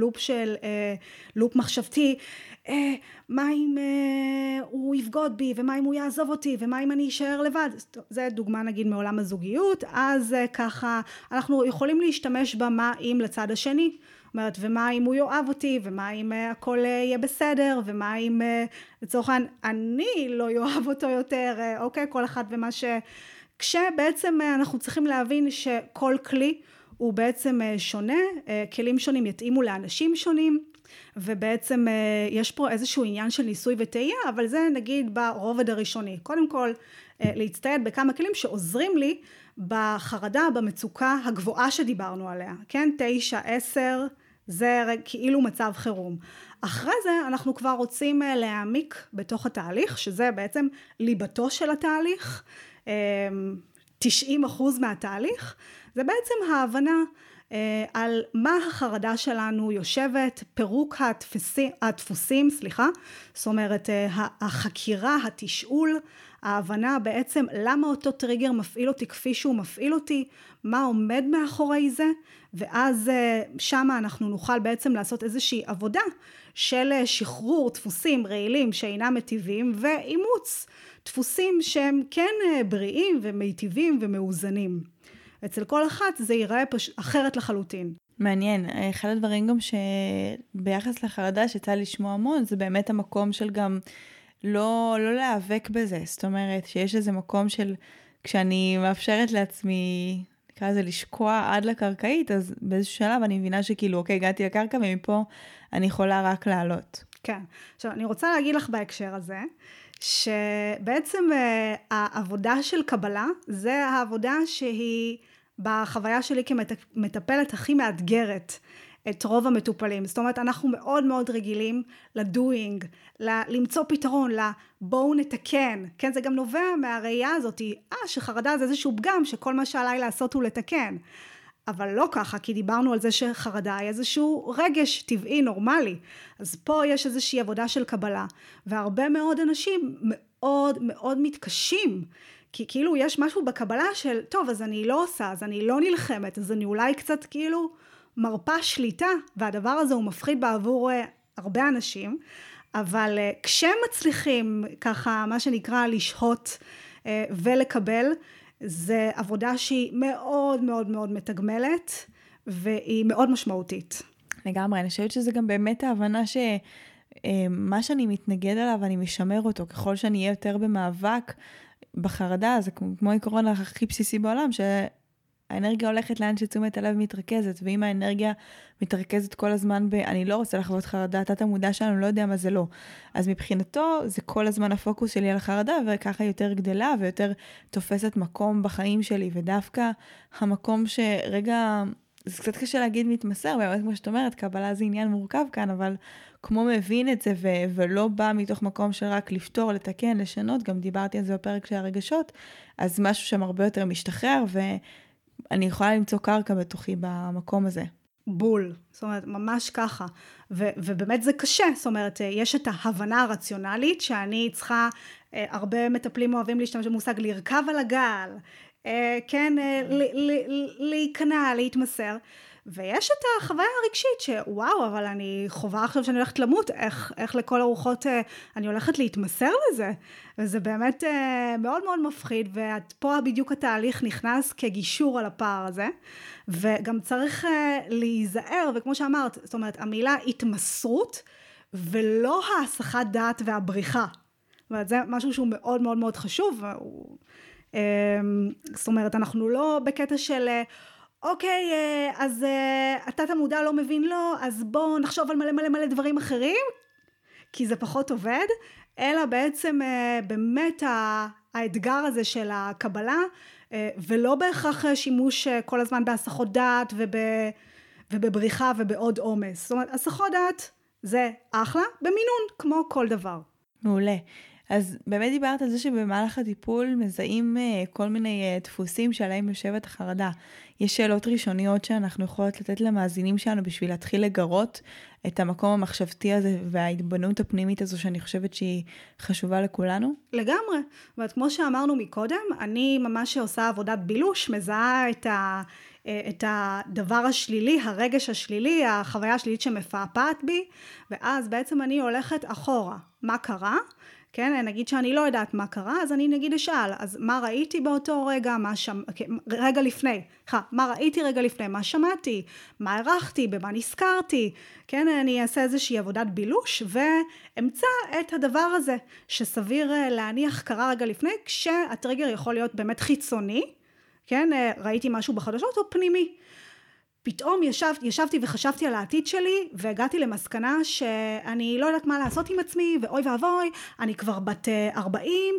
לופ מחשבתי, מה אם הוא יבגוד בי, ומה אם הוא יעזוב אותי, ומה אם אני אשאר לבד, זה דוגמה נגיד מעולם הזוגיות, אז ככה אנחנו יכולים להשתמש במה אם לצד השני, אומרת, ומה אם הוא יאהב אותי, ומה אם הכל יהיה בסדר, ומה אם לצורך העניין אני לא יאהב אותו יותר, אוקיי, כל אחד ומה כשבעצם אנחנו צריכים להבין שכל כלי הוא בעצם שונה, כלים שונים יתאימו לאנשים שונים, ובעצם יש פה איזשהו עניין של ניסוי וטעייה, אבל זה נגיד ברובד הראשוני. קודם כל, להצטייד בכמה כלים שעוזרים לי בחרדה, במצוקה הגבוהה שדיברנו עליה. כן, 9, 10, זה כאילו מצב חירום. אחרי זה אנחנו כבר רוצים להעמיק בתוך התהליך, שזה בעצם ליבתו של התהליך, 90% מהתהליך, זה בעצם ההבנה על מה החרדה שלנו יושבת, פירוק הדפוסים, זאת אומרת, החקירה, התשאול, ההבנה בעצם למה אותו טריגר מפעיל אותי כפי שהוא מפעיל אותי, מה עומד מאחורי זה, ואז שמה אנחנו נוכל בעצם לעשות איזושהי עבודה של שחרור דפוסים רעילים שאינם מטיבים, ואימוץ דפוסים שהם כן בריאים ומיטיבים ומאוזנים. אצל כל אחת זה ייראה אחרת לחלוטין. מעניין. אחד הדברים גם שביחס לחרדה שיצא לשמוע המון, זה באמת המקום של גם לא להיאבק בזה. זאת אומרת, שיש איזה מקום של, כשאני מאפשרת לעצמי, נקרא לזה לשקוע עד לקרקעית, אז באיזשהו שלב אני מבינה שכאילו, אוקיי, הגעתי לקרקע, ומפה אני יכולה רק לעלות. כן. עכשיו, אני רוצה להגיד לך בהקשר הזה, שבעצם העבודה של קבלה, זה העבודה שהיא בחוויה שלי כמטפלת הכי מאתגרת את רוב המטופלים. זאת אומרת, אנחנו מאוד מאוד רגילים לדוינג, למצוא פתרון, בואו נתקן. כן, זה גם נובע מהראייה הזאת, שחרדה זה איזשהו פגם, שכל מה שעליי לעשות הוא לתקן. אבל לא ככה, כי דיברנו על זה שחרדה היא איזשהו רגש טבעי, נורמלי. אז פה יש איזושהי עבודה של קבלה, והרבה מאוד אנשים מאוד מאוד מתקשים, כי כאילו יש משהו בקבלה של, טוב, אז אני לא עושה, אז אני לא נלחמת, אז אני אולי קצת כאילו מרפה שליטה, והדבר הזה הוא מפחיד בעבור הרבה אנשים, אבל כשהם מצליחים ככה, מה שנקרא, לשהות ולקבל, זה עבודה שהיא מאוד מאוד מאוד מתגמלת, והיא מאוד משמעותית. לגמרי, אני חושבת שזה גם באמת ההבנה שמה שאני מתנגד עליו, אני משמר אותו, ככל שאני אהיה יותר במאבק בחרדה, זה כמו עקרון הכי בסיסי בעולם, האנרגיה הולכת לאן שתשומת הלב מתרכזת, ואם האנרגיה מתרכזת כל הזמן אני לא רוצה לחוות חרדה, תת המודע שלנו לא יודע מה זה לא. אז מבחינתו זה כל הזמן הפוקוס שלי על החרדה, וככה יותר גדלה ויותר תופסת מקום בחיים שלי, ודווקא המקום שרגע, זה קצת קשה להגיד מתמסר, באמת כמו שאת אומרת, קבלה זה עניין מורכב כאן, אבל כמו מבין את זה ולא בא מתוך מקום של רק לפתור, לתקן, לשנות, גם דיברתי על זה בפרק של הרגשות, אז משהו שם הרבה יותר משתחרר, ואני יכולה למצוא קרקע בתוכי במקום הזה. בול, זאת אומרת, ממש ככה, ובאמת זה קשה, זאת אומרת, יש את ההבנה הרציונלית, שאני צריכה, הרבה מטפלים אוהבים להשתמש במושג לרכב על הגל, כן, להיכנע, להתמסר, ויש את החוויה הרגשית שוואו, אבל אני חובה עכשיו שאני הולכת למות, איך לכל הרוחות אני הולכת להתמסר לזה, וזה באמת מאוד מאוד מפחיד, ופה בדיוק התהליך נכנס כגישור על הפער הזה, וגם צריך להיזהר, וכמו שאמרת, זאת אומרת, המילה התמסרות, ולא ההסחת דעת והבריחה, וזה משהו שהוא מאוד מאוד מאוד חשוב, זאת אומרת, אנחנו לא בקטע של אוקיי, אז התת המודע לא מבין לו, אז בואו נחשוב על מלא מלא מלא דברים אחרים, כי זה פחות עובד, אלא בעצם באמת האתגר הזה של הקבלה, ולא בהכרח שימוש כל הזמן בהסחות דעת ובבריחה ובעוד עומס. זאת אומרת, הסחות דעת זה אחלה, במינון כמו כל דבר. מעולה. אז באמת דיברת על זה שבמהלך הטיפול מזהים כל מיני דפוסים שעליהם יושבת החרדה. יש שאלות ראשוניות שאנחנו יכולות לתת למאזינים שלנו בשביל להתחיל לגרות את המקום המחשבתי הזה וההתבוננות הפנימית הזו שאני חושבת שהיא חשובה לכולנו? לגמרי. וכמו שאמרנו מקודם, אני ממש עושה עבודת בילוש, מזהה את הדבר השלילי, הרגש השלילי, החוויה השלילית שמפעפעת בי, ואז בעצם אני הולכת אחורה. מה קרה? כן, נגיד שאני לא יודעת מה קרה, אז אני נגיד אשאל, אז מה ראיתי באותו רגע, רגע לפני, מה ראיתי רגע לפני, מה שמעתי, מה ערכתי, במה נזכרתי, כן, אני אעשה איזושהי עבודת בילוש, ואמצא את הדבר הזה, שסביר להניח קרה רגע לפני, כשהטריגר יכול להיות באמת חיצוני, כן, ראיתי משהו בחדשות או פנימי, פתאום ישבתי וחשבתי על העתיד שלי, והגעתי למסקנה שאני לא יודעת מה לעשות עם עצמי, ואוי ואבוי, אני כבר בת 40,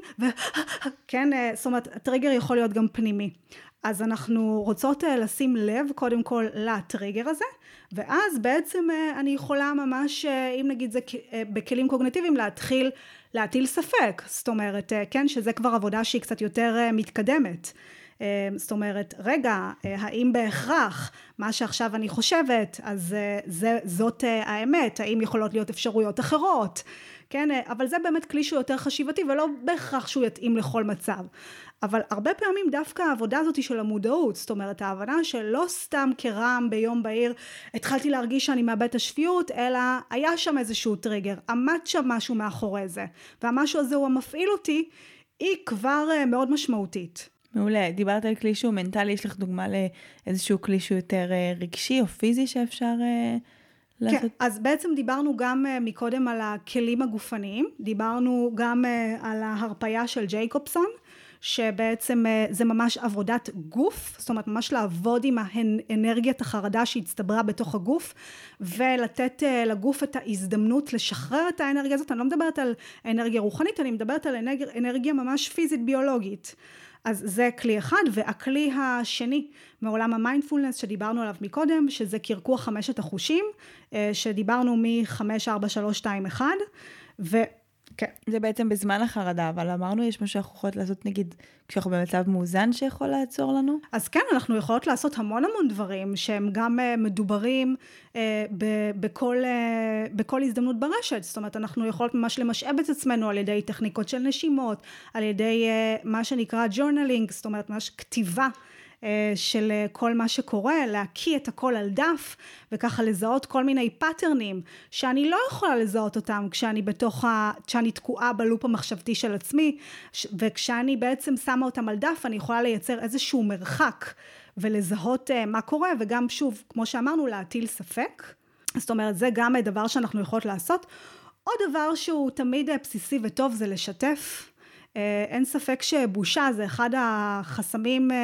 כן, זאת אומרת, הטריגר יכול להיות גם פנימי. אז אנחנו רוצות לשים לב קודם כל לטריגר הזה, ואז בעצם אני יכולה ממש, אם נגיד זה בכלים קוגניטיביים, להתחיל להטיל ספק, זאת אומרת, כן, שזה כבר עבודה שהיא קצת יותר מתקדמת. זאת אומרת, רגע, האם בהכרח מה שעכשיו אני חושבת, אז זאת האמת, האם יכולות להיות אפשרויות אחרות, כן? אבל זה באמת כלי שהוא יותר חשיבתי, ולא בהכרח שהוא יתאים לכל מצב. אבל הרבה פעמים דווקא העבודה הזאת של המודעות, זאת אומרת, ההבנה שלא סתם כרעם ביום בהיר, התחלתי להרגיש שאני מאבד את השפיות, אלא היה שם איזשהו טריגר, עמד שם משהו מאחורי זה, והמשהו הזה הוא המפעיל אותי, היא כבר מאוד משמעותית. מעולה, דיברת על כלי שהוא מנטלי, יש לך דוגמה לאיזשהו כלי שהוא יותר רגשי או פיזי שאפשר לעשות? כן, אז בעצם דיברנו גם מקודם על הכלים הגופניים, דיברנו גם על ההרפאיה של ג'ייקובסון, שבעצם זה ממש עבודת גוף, זאת אומרת ממש לעבוד עם האנרגיית החרדה שהצטברה בתוך הגוף, ולתת לגוף את ההזדמנות לשחרר את האנרגיה הזאת. אני לא מדברת על אנרגיה רוחנית, אני מדברת על אנרגיה ממש פיזית ביולוגית. אז זה כלי אחד, והכלי השני מעולם המיינדפולנס שדיברנו עליו מקודם, שזה קרקוע 5 החושים, שדיברנו מ-5, 4, 3, 2, 1, כן. זה בעצם בזמן החרדה, אבל אמרנו יש מה שאנחנו יכולות לעשות נגיד כשאנחנו במצב מאוזן שיכול לעצור לנו? אז כן, אנחנו יכולות לעשות המון דברים שהם גם מדוברים בכל הזדמנות ברשת, זאת אומרת אנחנו יכולות ממש למשאב את עצמנו על ידי טכניקות של נשימות, על ידי מה שנקרא journaling, זאת אומרת ממש כתיבה, של כל מה שקורה, להקיא את הכל על דף, וככה לזהות כל מיני פאטרנים, שאני לא יכולה לזהות אותם, כשאני תקועה בלופ המחשבתי של עצמי, וכשאני בעצם שמה אותם על דף, אני יכולה לייצר איזשהו מרחק, ולזהות מה קורה, וגם שוב, כמו שאמרנו, להטיל ספק, זאת אומרת, זה גם דבר שאנחנו יכולות לעשות. עוד דבר שהוא תמיד בסיסי וטוב, זה לשתף, אין ספק שבושה זה אחד החסמים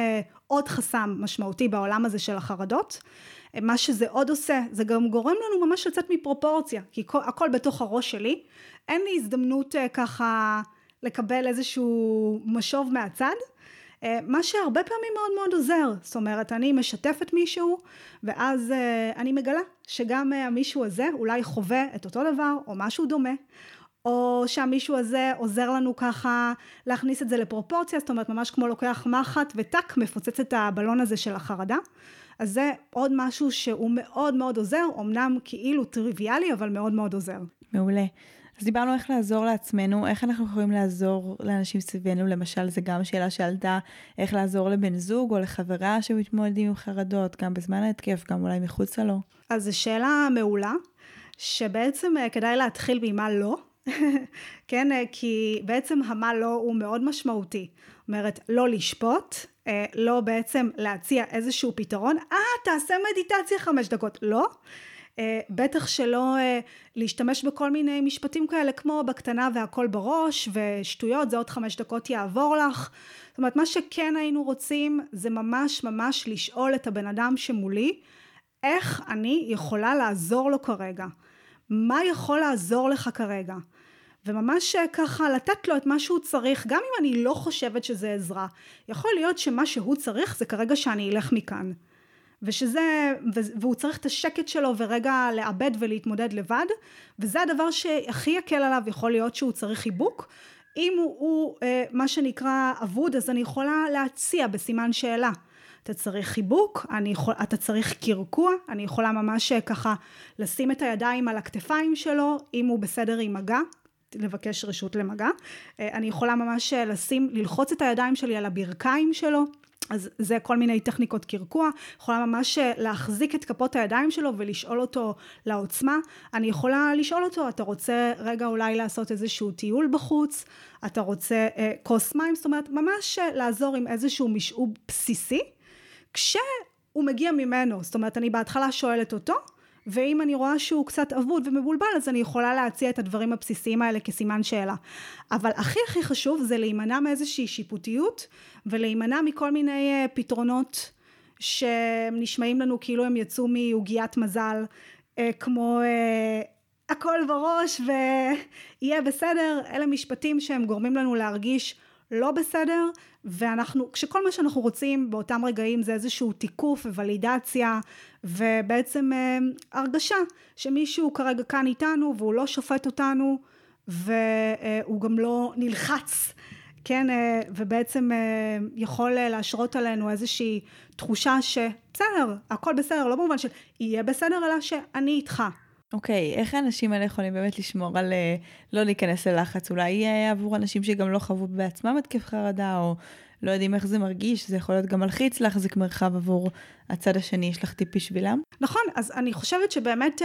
עוד חסם משמעותי בעולם הזה של החרדות. מה שזה עוד עושה, זה גם גורם לנו ממש לצאת מפרופורציה, כי הכל בתוך הראש שלי, אין לי הזדמנות ככה לקבל איזשהו משוב מהצד, מה שהרבה פעמים מאוד מאוד עוזר, זאת אומרת, אני משתפת מישהו, ואז אני מגלה שגם המישהו הזה אולי חווה את אותו דבר, או משהו דומה, או שהמישהו הזה עוזר לנו ככה להכניס את זה לפרופורציה, זאת אומרת, ממש כמו לוקח מחט וטק, מפוצץ את הבלון הזה של החרדה, אז זה עוד משהו שהוא מאוד מאוד עוזר, אמנם כאילו טריוויאלי, אבל מאוד מאוד עוזר. מעולה. אז דיברנו איך לעזור לעצמנו, איך אנחנו יכולים לעזור לאנשים סביבנו, למשל זה גם שאלה שעלתה, איך לעזור לבן זוג או לחברה שמתמודדים עם חרדות, גם בזמן ההתקף, גם אולי מחוץ לו. אז זו שאלה מעולה, שבעצם כדאי להתחיל ממה לא, כן, כי בעצם המה לא הוא מאוד משמעותי, אומרת לא לשפוט, לא בעצם להציע איזשהו פתרון, תעשה מדיטציה 5 דקות, לא, בטח שלא להשתמש בכל מיני משפטים כאלה כמו בקטנה והכל בראש ושטויות, זה עוד 5 דקות יעבור לך. זאת אומרת, מה שכן היינו רוצים זה ממש ממש לשאול את הבן אדם שמולי, איך אני יכולה לעזור לו כרגע? מה יכול לעזור לך כרגע? וממש ככה לתת לו את מה שהוא צריך, גם אם אני לא חושבת שזה עזרה. יכול להיות שמה שהוא צריך זה כרגע שאני אלך מכאן. והוא צריך את השקט שלו ורגע לאבד ולהתמודד לבד, וזה הדבר שהכי יקל עליו, יכול להיות שהוא צריך חיבוק, אם הוא מה שנקרא אבוד, אז אני יכולה להציע בסימן שאלה, אתה צריך חיבוק, אתה צריך קרקוע, אני יכולה ממש ככה לשים את הידיים על הכתפיים שלו, אם הוא בסדר עם מגע, לבקש רשות למגע, אני יכולה ממש ללחוץ את הידיים שלי על הברכיים שלו, אז זה כל מיני טכניקות קרקוע, יכולה ממש להחזיק את כפות הידיים שלו ולשאול אותו לעוצמה, אני יכולה לשאול אותו, אתה רוצה רגע אולי לעשות איזשהו טיול בחוץ, אתה רוצה כוס מים, זאת אומרת ממש לעזור עם איזשהו משאוב בסיסי, כשהוא מגיע ממנו, זאת אומרת אני בהתחלה שואלת אותו, ואם אני רואה שהוא קצת אבוד ומבולבל, אז אני יכולה להציע את הדברים הבסיסיים האלה כסימן שאלה. אבל הכי חשוב זה להימנע מאיזושהי שיפוטיות, ולהימנע מכל מיני פתרונות שנשמעים לנו כאילו הם יצאו מעוגיית מזל, כמו הכל בראש ויהיה בסדר, אלה משפטים שהם גורמים לנו להרגיש לא בסדר, כשכל מה שאנחנו רוצים באותם רגעים זה איזשהו תיקוף ווולידציה, ובעצם הרגשה שמישהו כרגע כאן איתנו, והוא לא שופט אותנו, והוא גם לא נלחץ, כן, ובעצם יכול להשרות עלינו איזושהי תחושה שבסדר, הכל בסדר, לא במובן של יהיה בסדר, אלא שאני איתך. אוקיי, איך האנשים האלה יכולים באמת לשמור על לא להיכנס ללחץ? אולי עבור אנשים שגם לא חוו בעצמם התקף חרדה, או לא יודעים איך זה מרגיש, זה יכול להיות גם מלחיץ להחזיק מרחב עבור הצד השני, יש לך טיפ בשבילם? נכון, אז אני חושבת שבאמת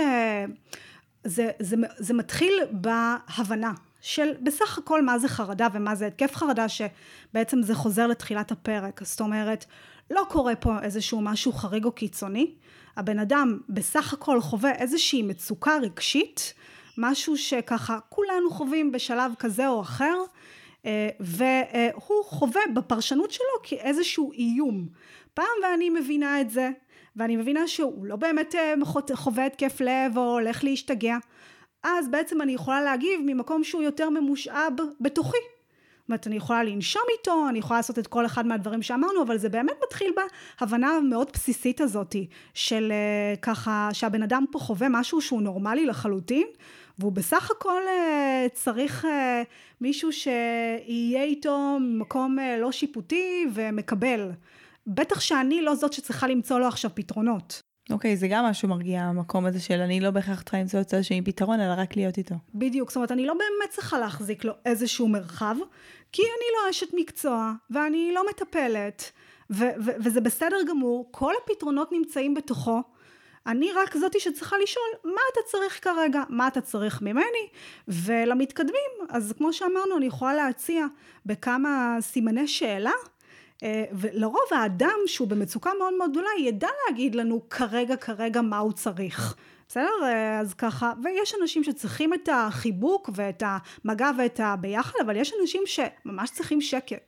זה מתחיל בהבנה של בסך הכל מה זה חרדה ומה זה התקף חרדה, שבעצם זה חוזר לתחילת הפרק, זאת אומרת, לא קורה פה איזשהו משהו חריג או קיצוני, הבן אדם בסך הכל חווה איזושהי מצוקה רגשית, משהו שככה כולנו חווים בשלב כזה או אחר, והוא חווה בפרשנות שלו כאיזשהו איום. פעם ואני מבינה את זה, ואני מבינה שהוא לא באמת חווה התקף לב או הולך להשתגע, אז בעצם אני יכולה להגיב ממקום שהוא יותר ממושאב בתוכי. זאת אומרת, אני יכולה לנשום איתו, אני יכולה לעשות את כל אחד מהדברים שאמרנו, אבל זה באמת מתחיל בהבנה המאוד בסיסית הזאת, של ככה שהבן אדם פה חווה משהו שהוא נורמלי לחלוטין, והוא בסך הכל צריך מישהו שיהיה איתו מקום לא שיפוטי ומקבל. בטח שאני לא זאת שצריכה למצוא לו עכשיו פתרונות. אוקיי, זה גם משהו מרגיע, המקום הזה של אני לא בהכרח צריכה למצוא את זה שאין פתרון, אלא רק להיות איתו. בדיוק, זאת אומרת, אני לא באמת צריכה להחזיק לו איזשהו מרחב, כי אני לא אשת מקצוע, ואני לא מטפלת, וזה בסדר גמור, כל הפתרונות נמצאים בתוכו, אני רק זאתי שצריכה לשאול, מה אתה צריך כרגע, מה אתה צריך ממני, ולמתקדמים, אז כמו שאמרנו, אני יכולה להציע בכמה סימני שאלה, ולרוב האדם שהוא במצוקה מאוד מאוד גדולה, ידע להגיד לנו כרגע מה הוא צריך. בסדר? אז ככה, ויש אנשים שצריכים את החיבוק ואת המגע ואת הביחד, אבל יש אנשים שממש צריכים שקט.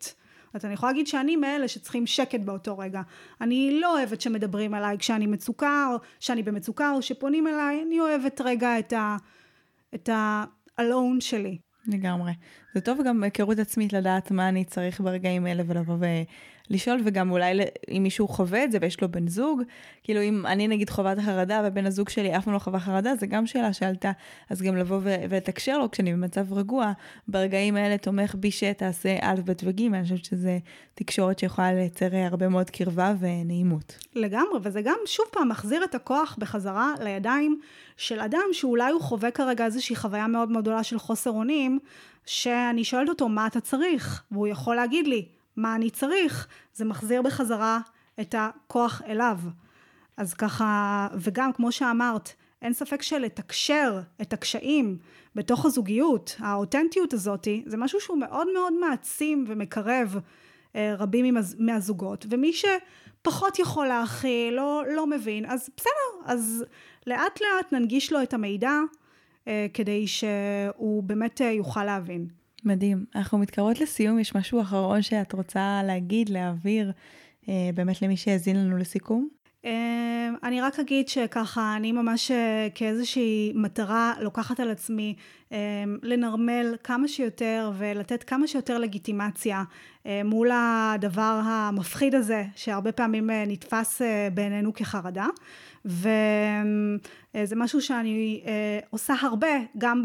אז אני יכולה להגיד שאני מאלה שצריכים שקט באותו רגע. אני לא אוהבת שמדברים עליי כשאני מצוקה, או שאני במצוקה, או שפונים אליי, אני אוהבת רגע את ה-alone שלי. לגמרי. זה טוב גם היכרות עצמית לדעת מה אני צריך ברגעים האלה ולבוא ולשאול, וגם אולי אם מישהו חווה את זה ויש לו בן זוג, כאילו אם אני נגיד חווה את החרדה ובן הזוג שלי אף פעם לא חווה חרדה, זה גם שאלה שעלתה, אז גם לבוא ולתקשר לו כשאני במצב רגוע, ברגעים האלה תומך בי שתעשה א' ב' וג', אני חושבת שזה תקשורת שיכולה לייצר הרבה מאוד קרבה ונעימות. לגמרי, וזה גם שוב פעם מחזיר את הכוח בחזרה לידיים של אדם שאולי הוא חווה כרגע איזושהי חוויה מאוד מאוד גדולה של חוסר אונים, שאני שואלת אותו מה אתה צריך, והוא יכול להגיד לי מה אני צריך, זה מחזיר בחזרה את הכוח אליו. אז ככה, וגם כמו שאמרת, אין ספק שלתקשר את הקשיים בתוך הזוגיות, האותנטיות הזאת, זה משהו שהוא מאוד מאוד מעצים ומקרב רבים מהזוגות, ומי שפחות יכול להכיל, לא מבין, אז בסדר, אז לאט לאט ננגיש לו את המידע, כדי שהוא באמת יוכל להבין. מדהים. אנחנו מתקרבות לסיום, יש משהו אחרון שאת רוצה להגיד, להעביר, באמת למי שהזין לנו לסיכום? אני רק אגיד שככה, אני ממש כאיזושהי מטרה לוקחת על עצמי לנרמל כמה שיותר ולתת כמה שיותר לגיטימציה מול הדבר המפחיד הזה, שהרבה פעמים נתפס בעינינו כחרדה, וזה משהו שאני עושה הרבה גם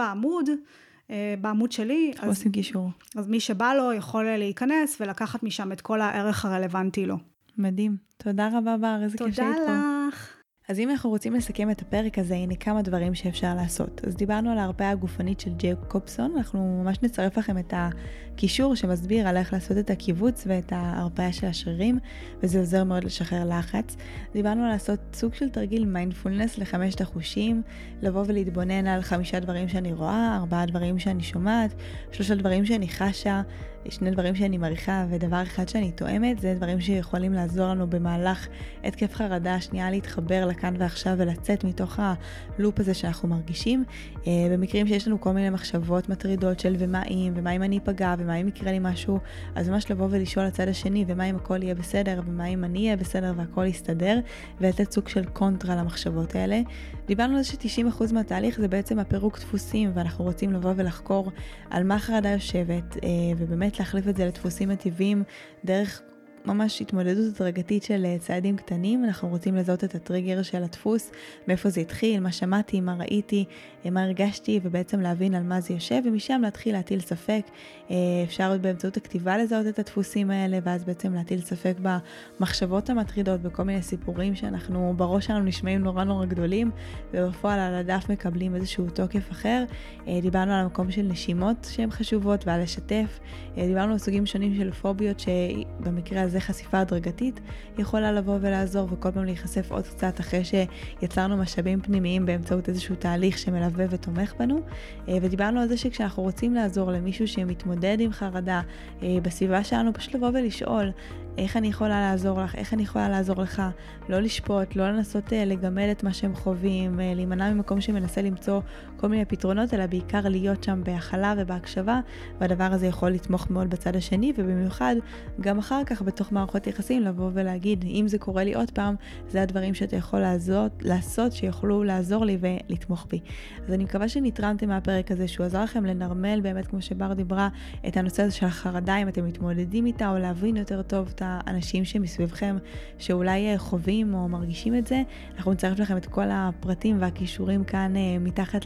בעמוד שלי. אנחנו עושים קישור. אז מי שבא לו יכול להיכנס ולקחת משם את כל הערך הרלוונטי לו. מדהים. תודה רבה בר, איזה כיף שהיית פה. תודה לך. אז אם אנחנו רוצים לסכם את הפרק הזה, הנה כמה דברים שאפשר לעשות. אז דיברנו על ההרפאה הגופנית של ג'ייקובסון, אנחנו ממש נצרף לכם את הקישור שמסביר על איך לעשות את הקיבוץ ואת ההרפאה של השרירים, וזה עוזר מאוד לשחרר לחץ. דיברנו על לעשות סוג של תרגיל מיינדפולנס ל5 החושים, לבוא ולהתבונן על 5 דברים שאני רואה, 4 דברים שאני שומעת, 3 דברים שאני חשה, 2 דברים שאני מריחה ודבר אחד שאני תואמת, זה דברים שיכולים לעזור לנו במהלך התקף חרדה, שנייה להתחבר לכאן ועכשיו ולצאת מתוך הלופ הזה שאנחנו מרגישים. במקרים שיש לנו כל מיני מחשבות מטרידות של ומה אם אני אפגע ומה אם יקרה לי משהו, אז ממש לבוא ולשאול לצד השני ומה אם הכל יהיה בסדר ומה אם אני אהיה בסדר והכל יסתדר, ולתת סוג של קונטרה למחשבות האלה. דיברנו על זה ש90% מהתהליך זה בעצם הפירוק דפוסים, ואנחנו רוצים לבוא ולחקור על מה חרדה יושבת, ובאמת להחליף את זה לדפוסים הטבעיים דרך ממש התמודדות הדרגתית של צעדים קטנים. אנחנו רוצים לזהות את הטריגר של הדפוס, מאיפה זה התחיל, מה שמעתי, מה ראיתי, מה הרגשתי, ובעצם להבין על מה זה יושב, ומשם להתחיל להטיל ספק. אפשר עוד באמצעות הכתיבה לזהות את הדפוסים האלה, ואז בעצם להטיל ספק במחשבות המטרידות, בכל מיני סיפורים שאנחנו בראש שלנו נשמעים נורא נורא גדולים, ובפועל על הדף מקבלים איזשהו תוקף אחר. דיברנו על המקום של נשימות שהן חשובות, ועל לשתף. דיברנו על סוגים שונים של פוביות, שבמקרה הזה חשיפה הדרגתית יכולה לבוא ולעזור, וכל פעם להיחשף עוד קצת אחרי שיצרנו משאבים פנימיים באמצעות איזשהו תהליך שמלווה ותומך בנו. ודיברנו על זה שכשאנחנו רוצים לעזור למישהו שמתמודד עם חרדה בסביבה שלנו, פשוט לבוא ולשאול איך אני יכולה לעזור לך, איך אני יכולה לעזור לך, לא לשפוט, לא לנסות לגמד את מה שהם חווים, להימנע ממקום שמנסה למצוא כל מיני פתרונות, אלא בעיקר להיות שם בהכלה ובהקשבה, והדבר הזה יכול לתמוך מאוד בצד השני, ובמיוחד גם אחר כך בתוך מערכות יחסים לבוא ולהגיד, אם זה קורה לי עוד פעם, זה הדברים שאתה יכול לעשות שיוכלו לעזור לי ולתמוך בי. אז אני מקווה שנתרמתם מהפרק הזה, שהוא עזר לכם לנרמל באמת כמו שבר דיברה, את הנושא הזה של החרדה, אם אתם מתמודדים איתה, או להבין יותר טוב את האנשים שמסביבכם שאולי חווים או מרגישים את זה. אנחנו נצרף לכם את כל הפרטים והכישורים כאן מתחת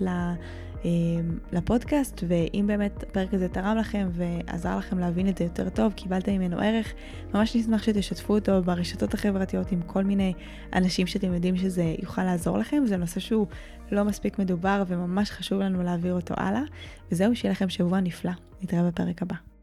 לפודקאסט, ואם באמת הפרק הזה תרם לכם ועזר לכם להבין את זה יותר טוב, קיבלתם ממנו ערך, ממש נשמח שתשתפו אותו ברשתות החברתיות עם כל מיני אנשים שאתם יודעים שזה יוכל לעזור לכם. זה נושא שהוא לא מספיק מדובר וממש חשוב לנו להעביר אותו הלאה. וזהו, שיהיה לכם שבוע נפלא. נתראה בפרק הבא.